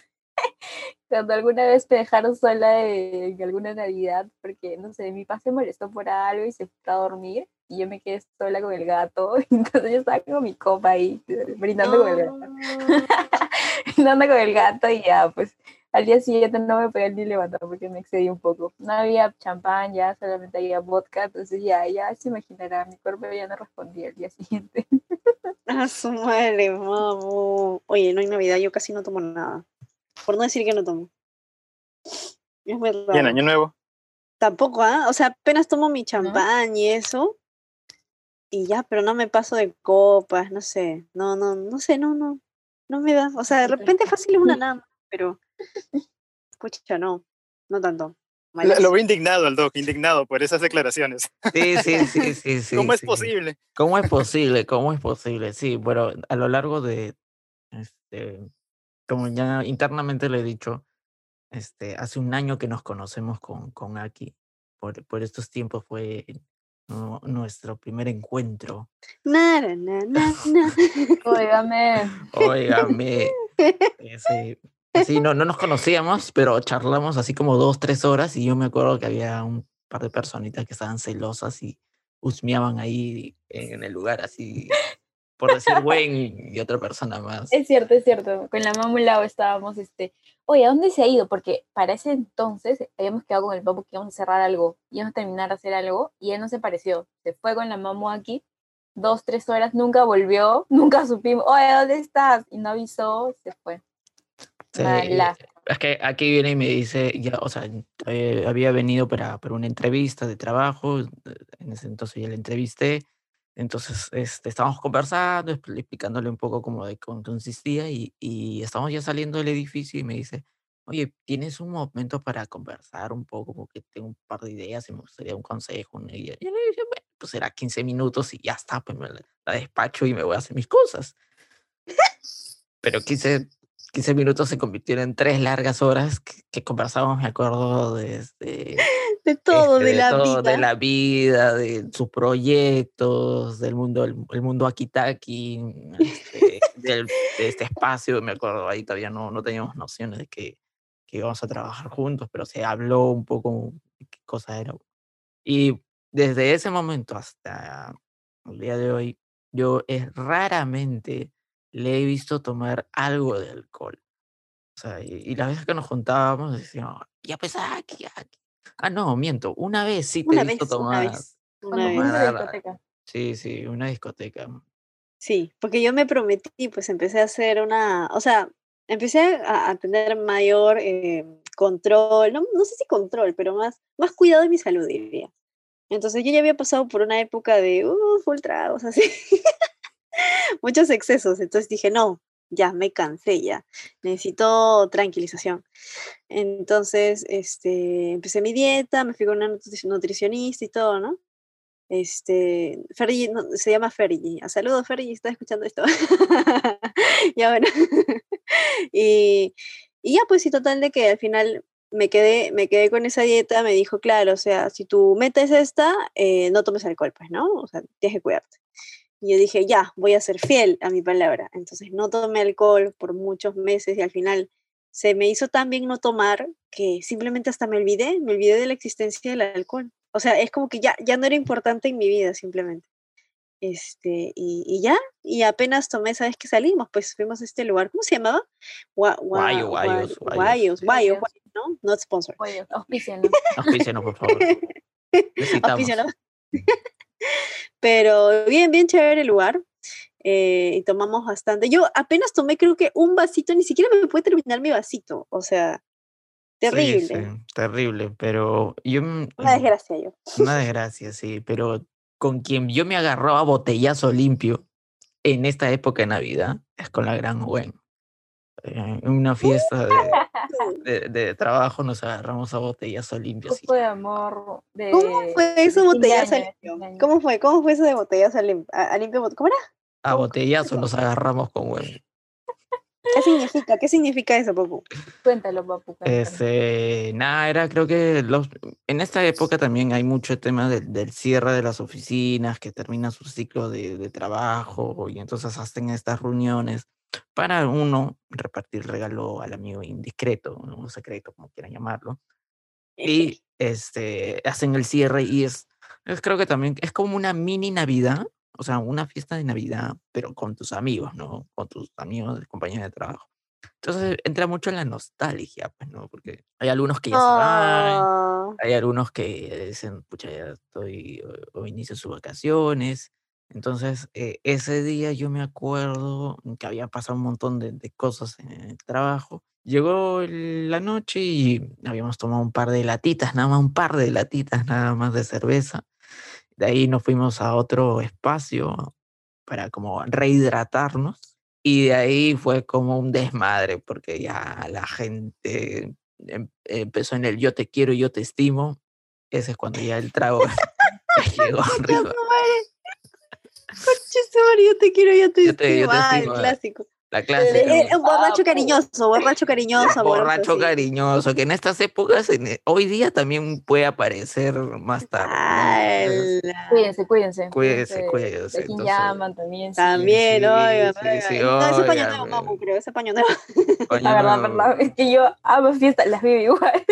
Cuando alguna vez me dejaron sola en alguna Navidad, porque, no sé, mi papá se molestó por algo y se fue a dormir, y yo me quedé sola con el gato, entonces yo estaba con mi copa ahí, brindando con el gato. Ah, Brindando con el gato y ya, pues, al día siguiente no me podía ni levantar porque me excedí un poco. No había champán ya, solamente había vodka, entonces ya se imaginará, mi cuerpo ya no respondía al día siguiente. su madre, Mamu. Oye, no hay Navidad, yo casi no tomo nada. Por no decir que no tomo. Es muy Y en raro. Año Nuevo. Tampoco, ¿ah? O sea, apenas tomo mi ¿No? champán y eso, y ya, pero no me paso de copas, no sé. No sé, no me da. O sea, de repente fácil es una nada más, pero, escucha, no tanto. Lo veo Malísimo. indignado al Doc, indignado por esas declaraciones. Sí, sí, sí, sí, sí, ¿Cómo es sí. posible? ¿Cómo es posible? ¿Cómo es posible? Sí, bueno, a lo largo de, este, como ya internamente le he dicho, hace un año que nos conocemos con Aki. Por estos tiempos fue nuestro primer encuentro. Nada, na. Óigame, Óigame, así no nos conocíamos, pero charlamos así como 2, 3 horas y yo me acuerdo que había un par de personitas que estaban celosas y husmeaban ahí en el lugar, así por decir Wayne y otra persona más. es cierto, es cierto. Con la mamá Lau estábamos, oye, ¿a dónde se ha ido? Porque para ese entonces habíamos quedado con el papu que íbamos a cerrar algo, íbamos a terminar de hacer algo, y él no se apareció. Se fue con la mamá aquí, 2, 3 horas, nunca volvió, nunca supimos, oye, ¿dónde estás? Y no avisó, se fue. Sí, Mala. es que aquí viene y me dice, ya, o sea, había venido para una entrevista de trabajo, en ese entonces ya la entrevisté, entonces estábamos conversando, explicándole un poco cómo de cómo consistía y estábamos ya saliendo del edificio y me dice, oye, ¿tienes un momento para conversar un poco? Porque tengo un par de ideas y me gustaría un consejo, una guía. Yo le dije, bueno, pues será 15 minutos y ya está, pues la despacho y me voy a hacer mis cosas. Pero 15 minutos se convirtieron en 3 largas horas que conversábamos, me acuerdo, desde De todo, de de la todo, de vida. la vida, de sus proyectos, del mundo, el mundo Akitaki, de este espacio, me acuerdo, ahí todavía no teníamos nociones de que íbamos a trabajar juntos, pero se habló un poco de qué cosa era. Y desde ese momento hasta el día de hoy, yo raramente le he visto tomar algo de alcohol. O sea, y las veces que nos juntábamos decíamos, ya pues aquí, aquí. Ah, no, miento. Una vez sí te he Una visto vez, una tomar, vez, una Cuando fuimos tomar a vez. la algo. discoteca. Sí, sí, una discoteca. Sí, porque yo me prometí, pues empecé a hacer o sea, empecé a tener mayor control, no sé si control, pero más cuidado de mi salud, diría. Entonces yo ya había pasado por una época de full tragos, así, muchos excesos. Entonces dije, no, ya me cansé ya, necesito tranquilización. Entonces, empecé mi dieta, me fui con una nutricionista y todo, ¿no? Fergie, se llama Fergie. Saludos, Fergie, ¿estás escuchando esto? Ya bueno. y, y ya, pues sí, total de que al final me quedé con esa dieta, me dijo, claro, o sea, si tu meta es esta, no tomes alcohol, pues, ¿no? O sea, tienes que cuidarte. Y yo dije, ya, voy a ser fiel a mi palabra. Entonces no tomé alcohol por muchos meses y al final se me hizo tan bien no tomar que simplemente hasta me olvidé de la existencia del alcohol. O sea, es como que ya no era importante en mi vida simplemente. Y ya, y apenas tomé, ¿sabes qué salimos? Pues fuimos a este lugar, ¿cómo se llamaba? Guayos, guayos. Guayos, Guayos, ¿no? Not sponsor. guayos, auspícianos. Auspícianos, por favor. Auspicio, ¿no? Necesitamos. Pero bien, bien chévere el lugar. Y tomamos bastante. Yo apenas tomé, creo que un vasito, ni siquiera me pude terminar mi vasito. O sea, Sí, sí, terrible. terrible, pero yo, Una desgracia yo. una desgracia, sí, pero con quien yo me agarraba a botellazo limpio en esta época de Navidad es con la gran Gwen. En una fiesta de trabajo nos agarramos a botellazo limpio, así. Grupo de amor ¿Cómo de, fue eso, de fin de botellazo año, de fin limpio? de año. ¿Cómo fue? ¿Cómo fue eso de botellazo limpio? ¿Cómo era? A ¿Cómo fue botellazo eso? nos agarramos con Gwen. ¿Qué significa? ¿Qué significa eso, papu? Cuéntalo, papu, cuéntalo. Nada, creo que en esta época también hay mucho tema del cierre de las oficinas, que termina su ciclo de trabajo y entonces hacen estas reuniones para uno repartir regalo al amigo indiscreto, ¿no? Un secreto, como quieran llamarlo. Eje. Y hacen el cierre y creo que también es como una mini Navidad, o sea, una fiesta de Navidad, pero con tus amigos, ¿no? Con tus amigos, compañeros de trabajo. Entonces entra mucho en la nostalgia, pues, ¿no? Porque hay algunos que ya se van, Oh, hay algunos que dicen, pucha, ya estoy, o inicio sus vacaciones. Entonces, ese día yo me acuerdo que había pasado un montón de cosas en el trabajo. Llegó la noche y habíamos tomado un par de latitas, nada más un par de latitas, nada más de cerveza. De ahí nos fuimos a otro espacio para como rehidratarnos. Y de ahí fue como un desmadre, porque ya la gente empezó en el yo te quiero, yo te estimo. Ese es cuando ya el trago ya llegó concha arriba. su madre, concha su madre, yo te quiero, yo te Yo estimo. te Ah, el estimo, clásico. la clásica. Un borracho cariñoso, amoroso, Borracho sí. cariñoso, que en estas épocas, hoy día también puede aparecer más tarde, ¿no? Entonces, ¡Hala! Cuídense, cuídense, cuídense cuídese, de cuídese. quién Entonces, llaman también, sí. sí, También, sí, oigan, sí, sí, oigan. No, ese es paño nuevo, papu, óigame. creo, ese paño nuevo. Coño, La verdad, no. verdad, es que yo amo fiestas, las vivo igual.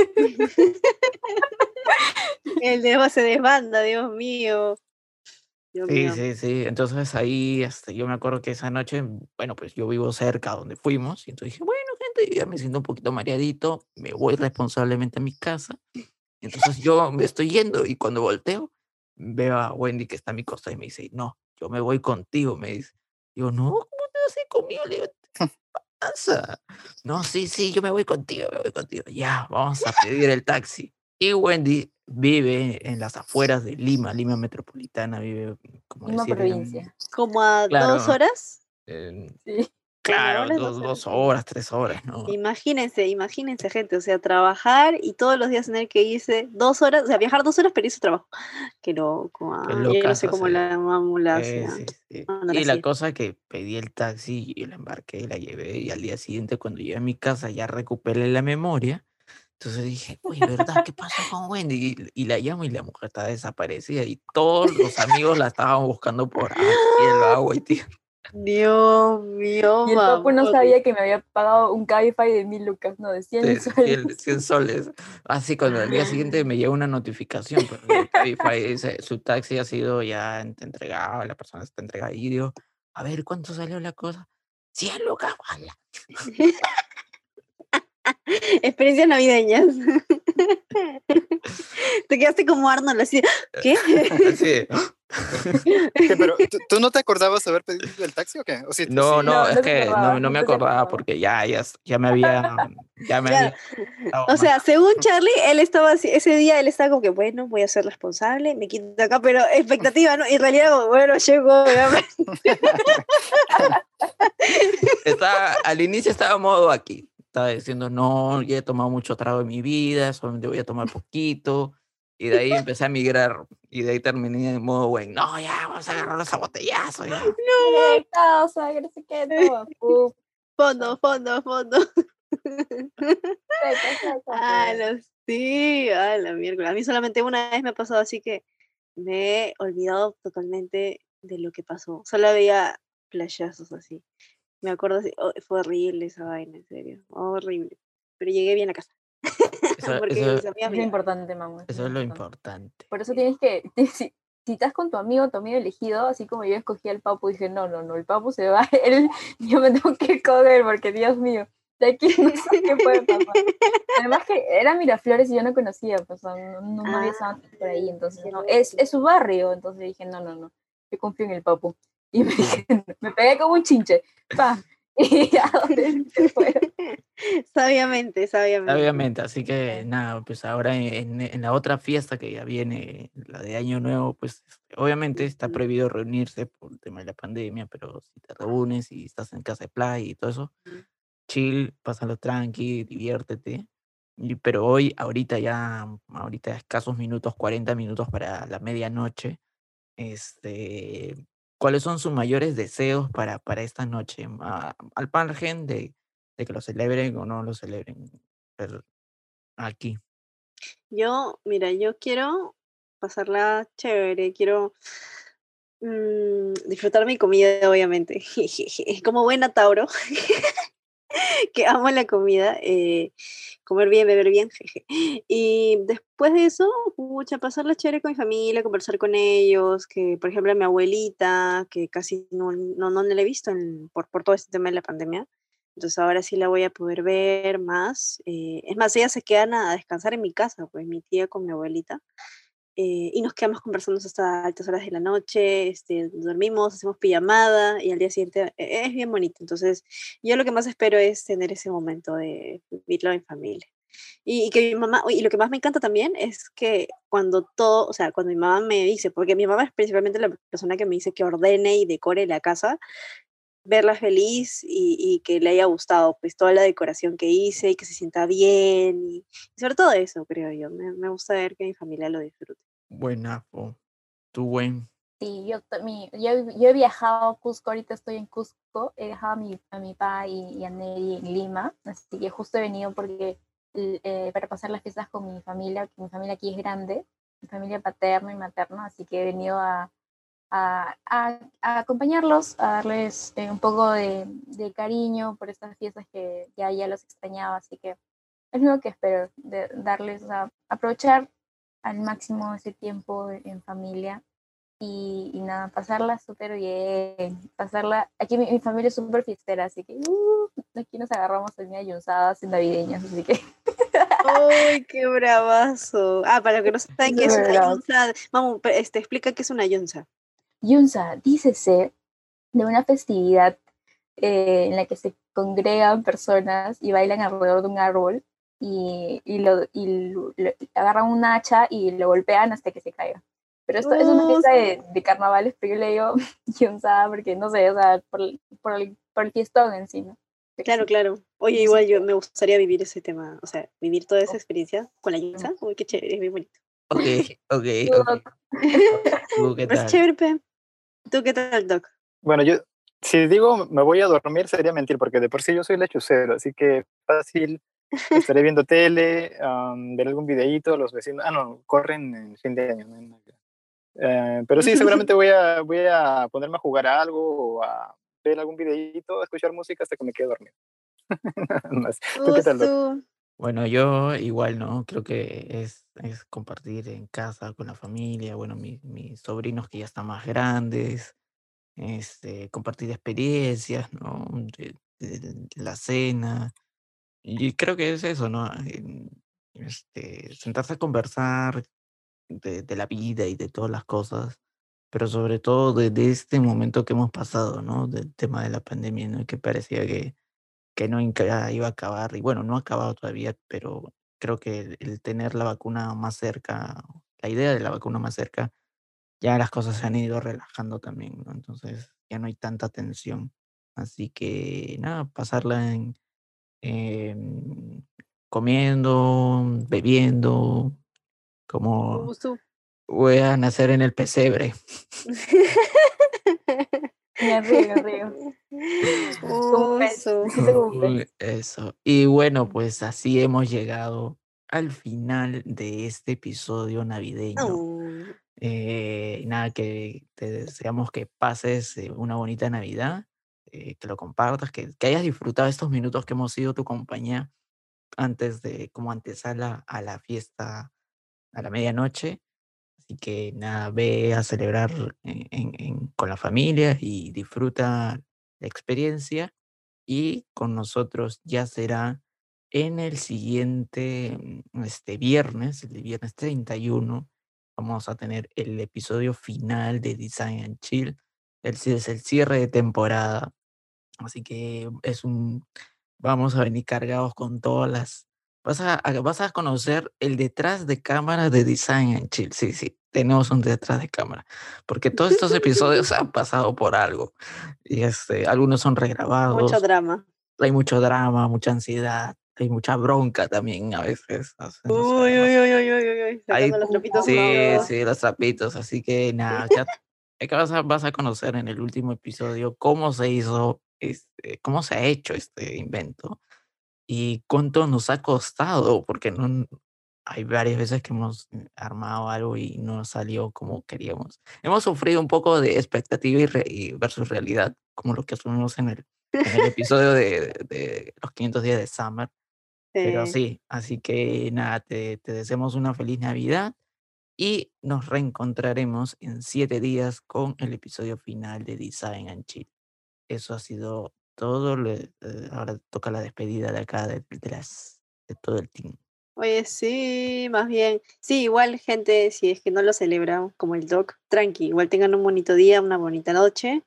El de se desbanda, Dios mío. Dios Sí, mío. sí, sí. Entonces ahí yo me acuerdo que esa noche, bueno, pues yo vivo cerca donde fuimos, y entonces dije, bueno, gente, yo ya me siento un poquito mareadito, me voy responsablemente a mi casa. Entonces yo me estoy yendo y cuando volteo, veo a Wendy que está a mi costa y me dice, no, yo me voy contigo, me dice. Digo, no, ¿cómo te vas a ir conmigo? Le digo, ¿qué pasa? No, sí, sí, yo me voy contigo, me voy contigo. Ya, vamos a pedir el taxi. Y Wendy vive en las afueras de Lima, Lima Metropolitana, vive, como Misma decir, provincia. Como a dos claro, horas. en Sí. Claro, Demora 2 sí. horas, 3 horas, ¿no? Imagínense, gente, o sea, trabajar y todos los días tener que irse 2 horas, o sea, viajar 2 horas para irse a trabajo. Qué loco, Qué yo no locas sé cómo la hace. mamula hace, Sí, sí. no la Y la hacía. cosa que pedí el taxi y la embarqué y la llevé y al día siguiente cuando llegué a mi casa ya recuperé la memoria. Entonces dije, oye, ¿verdad? ¿Qué pasó con Wendy? Y la llamo y la mujer está desaparecida y todos los amigos la estaban buscando por cielo, agua y tierra. Dios mío, Y el papu no mamón. sabía que me había pagado un Cabify de 1000 lucas, no, de 100 De soles. 100 soles. Así cuando al día siguiente me llega una notificación, pues de Cabify dice, su taxi ha sido ya entregado, la persona está entregada. Y digo, a ver, ¿cuánto salió la cosa? 100 lucas, ¡hala! Experiencias navideñas. Te quedaste como Arnold, así, ¿qué? Así de, ¿Qué, pero ¿tú no te acordabas haber pedido el taxi o qué? O sí, no, sí. no, No, es no se que no, acordaba, no me no se acordaba acordaba. porque ya me Claro. había dado O más. sea, según Charlie, él estaba ese día él estaba como que, bueno, voy a ser responsable, me quito acá, pero expectativa, ¿no? Y en realidad, como, bueno, llego, Al inicio estaba en modo aquí. Estaba diciendo, no, ya he tomado mucho trago en mi vida, solamente voy a tomar poquito. Y de ahí empecé a migrar. Y de ahí terminé en modo, bueno, no, ya, vamos a agarrar ese botellazo, ya. Causa, que no sé qué, todo. fondo. Seca, Ah, pero no, sí, ah, la miércoles. A mí solamente una vez me ha pasado así que me he olvidado totalmente de lo que pasó. Solo veía flashazos así. Me acuerdo así, oh, fue horrible esa vaina, en serio, horrible. Pero llegué bien a casa, Eso, porque eso, mis amigas es me lo llevaron. importante, mamá, es lo eso es lo importante. importante. Por eso tienes que, si estás con tu amigo elegido, así como yo escogí al Papu, dije, no, el Papu se va, él, yo me tengo que ir con él, porque Dios mío, de aquí no sé qué puede pasar. Además que era Miraflores y yo no conocía, pues no había estado antes por ahí, entonces Qué no, loco. es su barrio, entonces dije, no, yo confío en el Papu. Y me dije, me pegué como un chinche, ¡pam! Y a donde se fueron. Sabiamente. Obviamente, así que nada, pues ahora en la otra fiesta que ya viene, la de Año Nuevo, pues obviamente está Ujú. prohibido reunirse por el tema de la pandemia, pero si te reúnes y estás en casa de playa y todo eso, chill, pásalo tranqui, diviértete. Pero hoy, ahorita escasos minutos, 40 minutos para la medianoche, este, ¿cuáles son sus mayores deseos para esta noche? Al margen de que lo celebren o no lo celebren. Pero aquí. Mira, yo quiero pasarla chévere, quiero disfrutar mi comida, obviamente. Como buena Tauro, que amo la comida, comer bien, beber bien, jeje. Y después de eso, pucha, pasarla chévere con mi familia, conversar con ellos, que por ejemplo a mi abuelita, que casi no la he visto por todo este tema de la pandemia. Entonces ahora sí la voy a poder ver más. Es más, ellas se quedan a descansar en mi casa, pues mi tía con mi abuelita. Y nos quedamos conversando hasta altas horas de la noche, dormimos, hacemos pijamada y al día siguiente es bien bonito. Entonces, yo lo que más espero es tener ese momento de vivirlo en familia. Y que mi mamá, y lo que más me encanta también es que cuando todo, o sea, cuando mi mamá me dice, porque mi mamá es principalmente la persona que me dice que ordene y decore la casa, verla feliz y que le haya gustado pues toda la decoración que hice y que se sienta bien y sobre todo eso, creo yo. Me gusta ver que mi familia lo disfrute. Buenazo. Tu buen. Sí, yo he viajado a Cusco, ahorita estoy en Cusco, he dejado a mi papá y a Neri en Lima, así que justo he venido porque para pasar las fiestas con mi familia, que mi familia aquí es grande, mi familia paterna y materna, así que he venido a acompañarlos, a darles un poco de cariño por estas fiestas que ya los extrañaba, así que es lo que espero, darles, aprovechar al máximo ese tiempo en familia y nada, pasarla súper bien, aquí mi familia es súper fiestera, así que aquí nos agarramos en yunzadas en navideñas, así que ¡Uy, qué bravazo! Ah, para los que no saben qué es súper una bravo. yunza, vamos, explica qué es una yunza. Yunza, dícese de una festividad en la que se congregan personas y bailan alrededor de un árbol y agarran un hacha y lo golpean hasta que se caiga. Pero esto es una fiesta de carnavales, pero yo le digo Yonsada porque no sé, o sea, por el fiestón en sí, ¿no? Pero Claro, sí, claro. Oye, no igual sé. yo me gustaría vivir ese tema, o sea, vivir toda esa experiencia con la Yinza. Uy, qué chévere, es bien bonito. Ok, ok, Tú, ok. ¿Tú qué Es tal? chévere, pe. ¿Tú qué tal, Doc? Bueno, yo, si digo me voy a dormir sería mentir, porque de por sí yo soy lechucero, así que fácil, estaré viendo tele, ver algún videíto, los vecinos, no, corren en fin de año, no en Navidad. Pero sí, seguramente voy a ponerme a jugar a algo o a ver algún videíto, a escuchar música hasta que me quede dormido. Nada más. ¿Tú qué tal, Doc? Tú. Bueno, yo igual, ¿no? Creo que es compartir en casa con la familia, bueno, mis sobrinos que ya están más grandes, compartir experiencias, ¿no? De la cena. Y creo que es eso, ¿no? Sentarse a conversar de la vida y de todas las cosas, pero sobre todo de este momento que hemos pasado, ¿no? Del tema de la pandemia, ¿no? Que parecía que no iba a acabar, y bueno, no ha acabado todavía, pero creo que el tener la vacuna más cerca, la idea de la vacuna más cerca, ya las cosas se han ido relajando también, ¿no? Entonces ya no hay tanta tensión. Así que nada, pasarla em, comiendo, bebiendo, como Tú. voy a nacer en el pesebre. Me río, me río. Como un pez, Uso. me siento como un pez. Eso. Y bueno, pues así hemos llegado al final de este episodio navideño. Oh. Nada, que te deseamos que pases una bonita Navidad, que lo compartas, que hayas disfrutado estos minutos que hemos sido tu compañía antes de, como antesala a la fiesta a la medianoche. Así que nada, ve a celebrar con la familia y disfruta la experiencia. Y con nosotros ya será en el siguiente viernes, el viernes 31. Vamos a tener el episodio final de Design and Chill. Es el cierre de temporada. Así que vamos a venir cargados con todas las... vas a conocer el detrás de cámara de Design and Chill. Sí, sí, tenemos un detrás de cámara. Porque todos estos episodios han pasado por algo. Y algunos son Mucho regrabados. drama. Hay mucho drama, mucha ansiedad. Hay mucha bronca también a veces. No Uy, sabemos. uy, uy, uy, uy, uy, Hay, sacando los trapitos sí, sucios. sí, los trapitos. Así que nada, ya acá vas a conocer en el último episodio cómo se hizo, cómo se ha hecho este invento y cuánto nos ha costado, porque no, hay varias veces que hemos armado algo y no salió como queríamos. Hemos sufrido un poco de expectativa y versus realidad, como lo que asumimos en el episodio de los 500 días de Summer. Pero sí, así que nada, te deseamos una feliz Navidad y nos reencontraremos en 7 días con el episodio final de Design and Chill. Eso ha sido todo. Ahora toca la despedida de acá de todo el team. Oye, sí, más bien. Sí, igual, gente, si es que no lo celebran como el Doc, tranqui, igual tengan un bonito día, una bonita noche,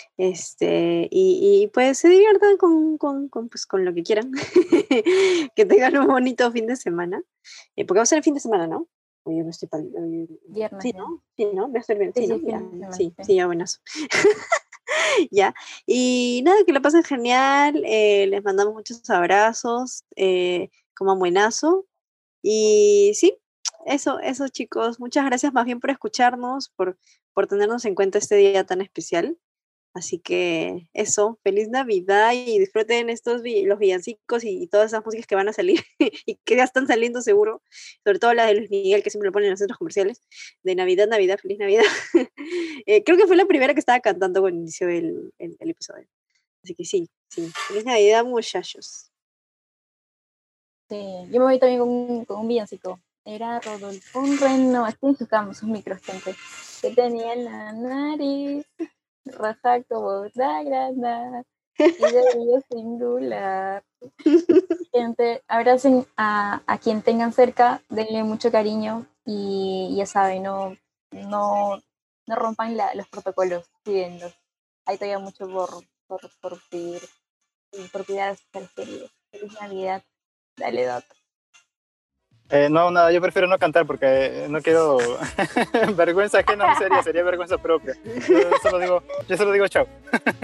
y pues se diviertan pues, con lo que quieran. Que tengan un bonito fin de semana. Porque va a ser el fin de semana, ¿no? Oye, me estoy Viernes sí, ya. ¿no? Sí, ¿no? Va a ser bien. Sí, Sí, sí, ¿no? fin Ya, de semana, sí, sí. sí, ya buenas. Ya. Y nada, que la pasen genial. Les mandamos muchos abrazos. Coman buenazo. Y sí, eso chicos, muchas gracias más bien por escucharnos, por tenernos en cuenta este día tan especial. Así que eso, feliz Navidad y disfruten los villancicos y todas esas músicas que van a salir y que ya están saliendo seguro, sobre todo la de Luis Miguel que siempre lo ponen en los centros comerciales, de Navidad, Navidad, feliz Navidad. Creo que fue la primera que estaba cantando cuando inició el episodio. Así que sí, sí, feliz Navidad muchachos. Sí, yo me voy también con un villancico. Era Rodolfo un reno, aquí en su cama, sus micros, gente, que tenía la nariz roja como la grana y de bello singular. Gente, abracen a quien tengan cerca, denle mucho cariño y ya saben, no rompan los protocolos, cuídenlos. Hay todavía mucho por pedir y por cuidar a sus seres queridos. Feliz Navidad. Dale, Dot. No, nada, yo prefiero no cantar porque no quiero vergüenza ajena, no sería vergüenza propia. Yo solo digo chao.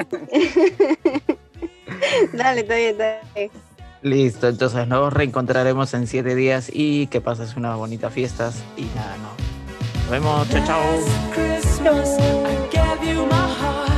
Dale, está bien, está bien. Listo, entonces nos reencontraremos en 7 días y que pases unas bonitas fiestas y nada, no. Nos vemos, chao, chao. Christmas, I gave you my heart.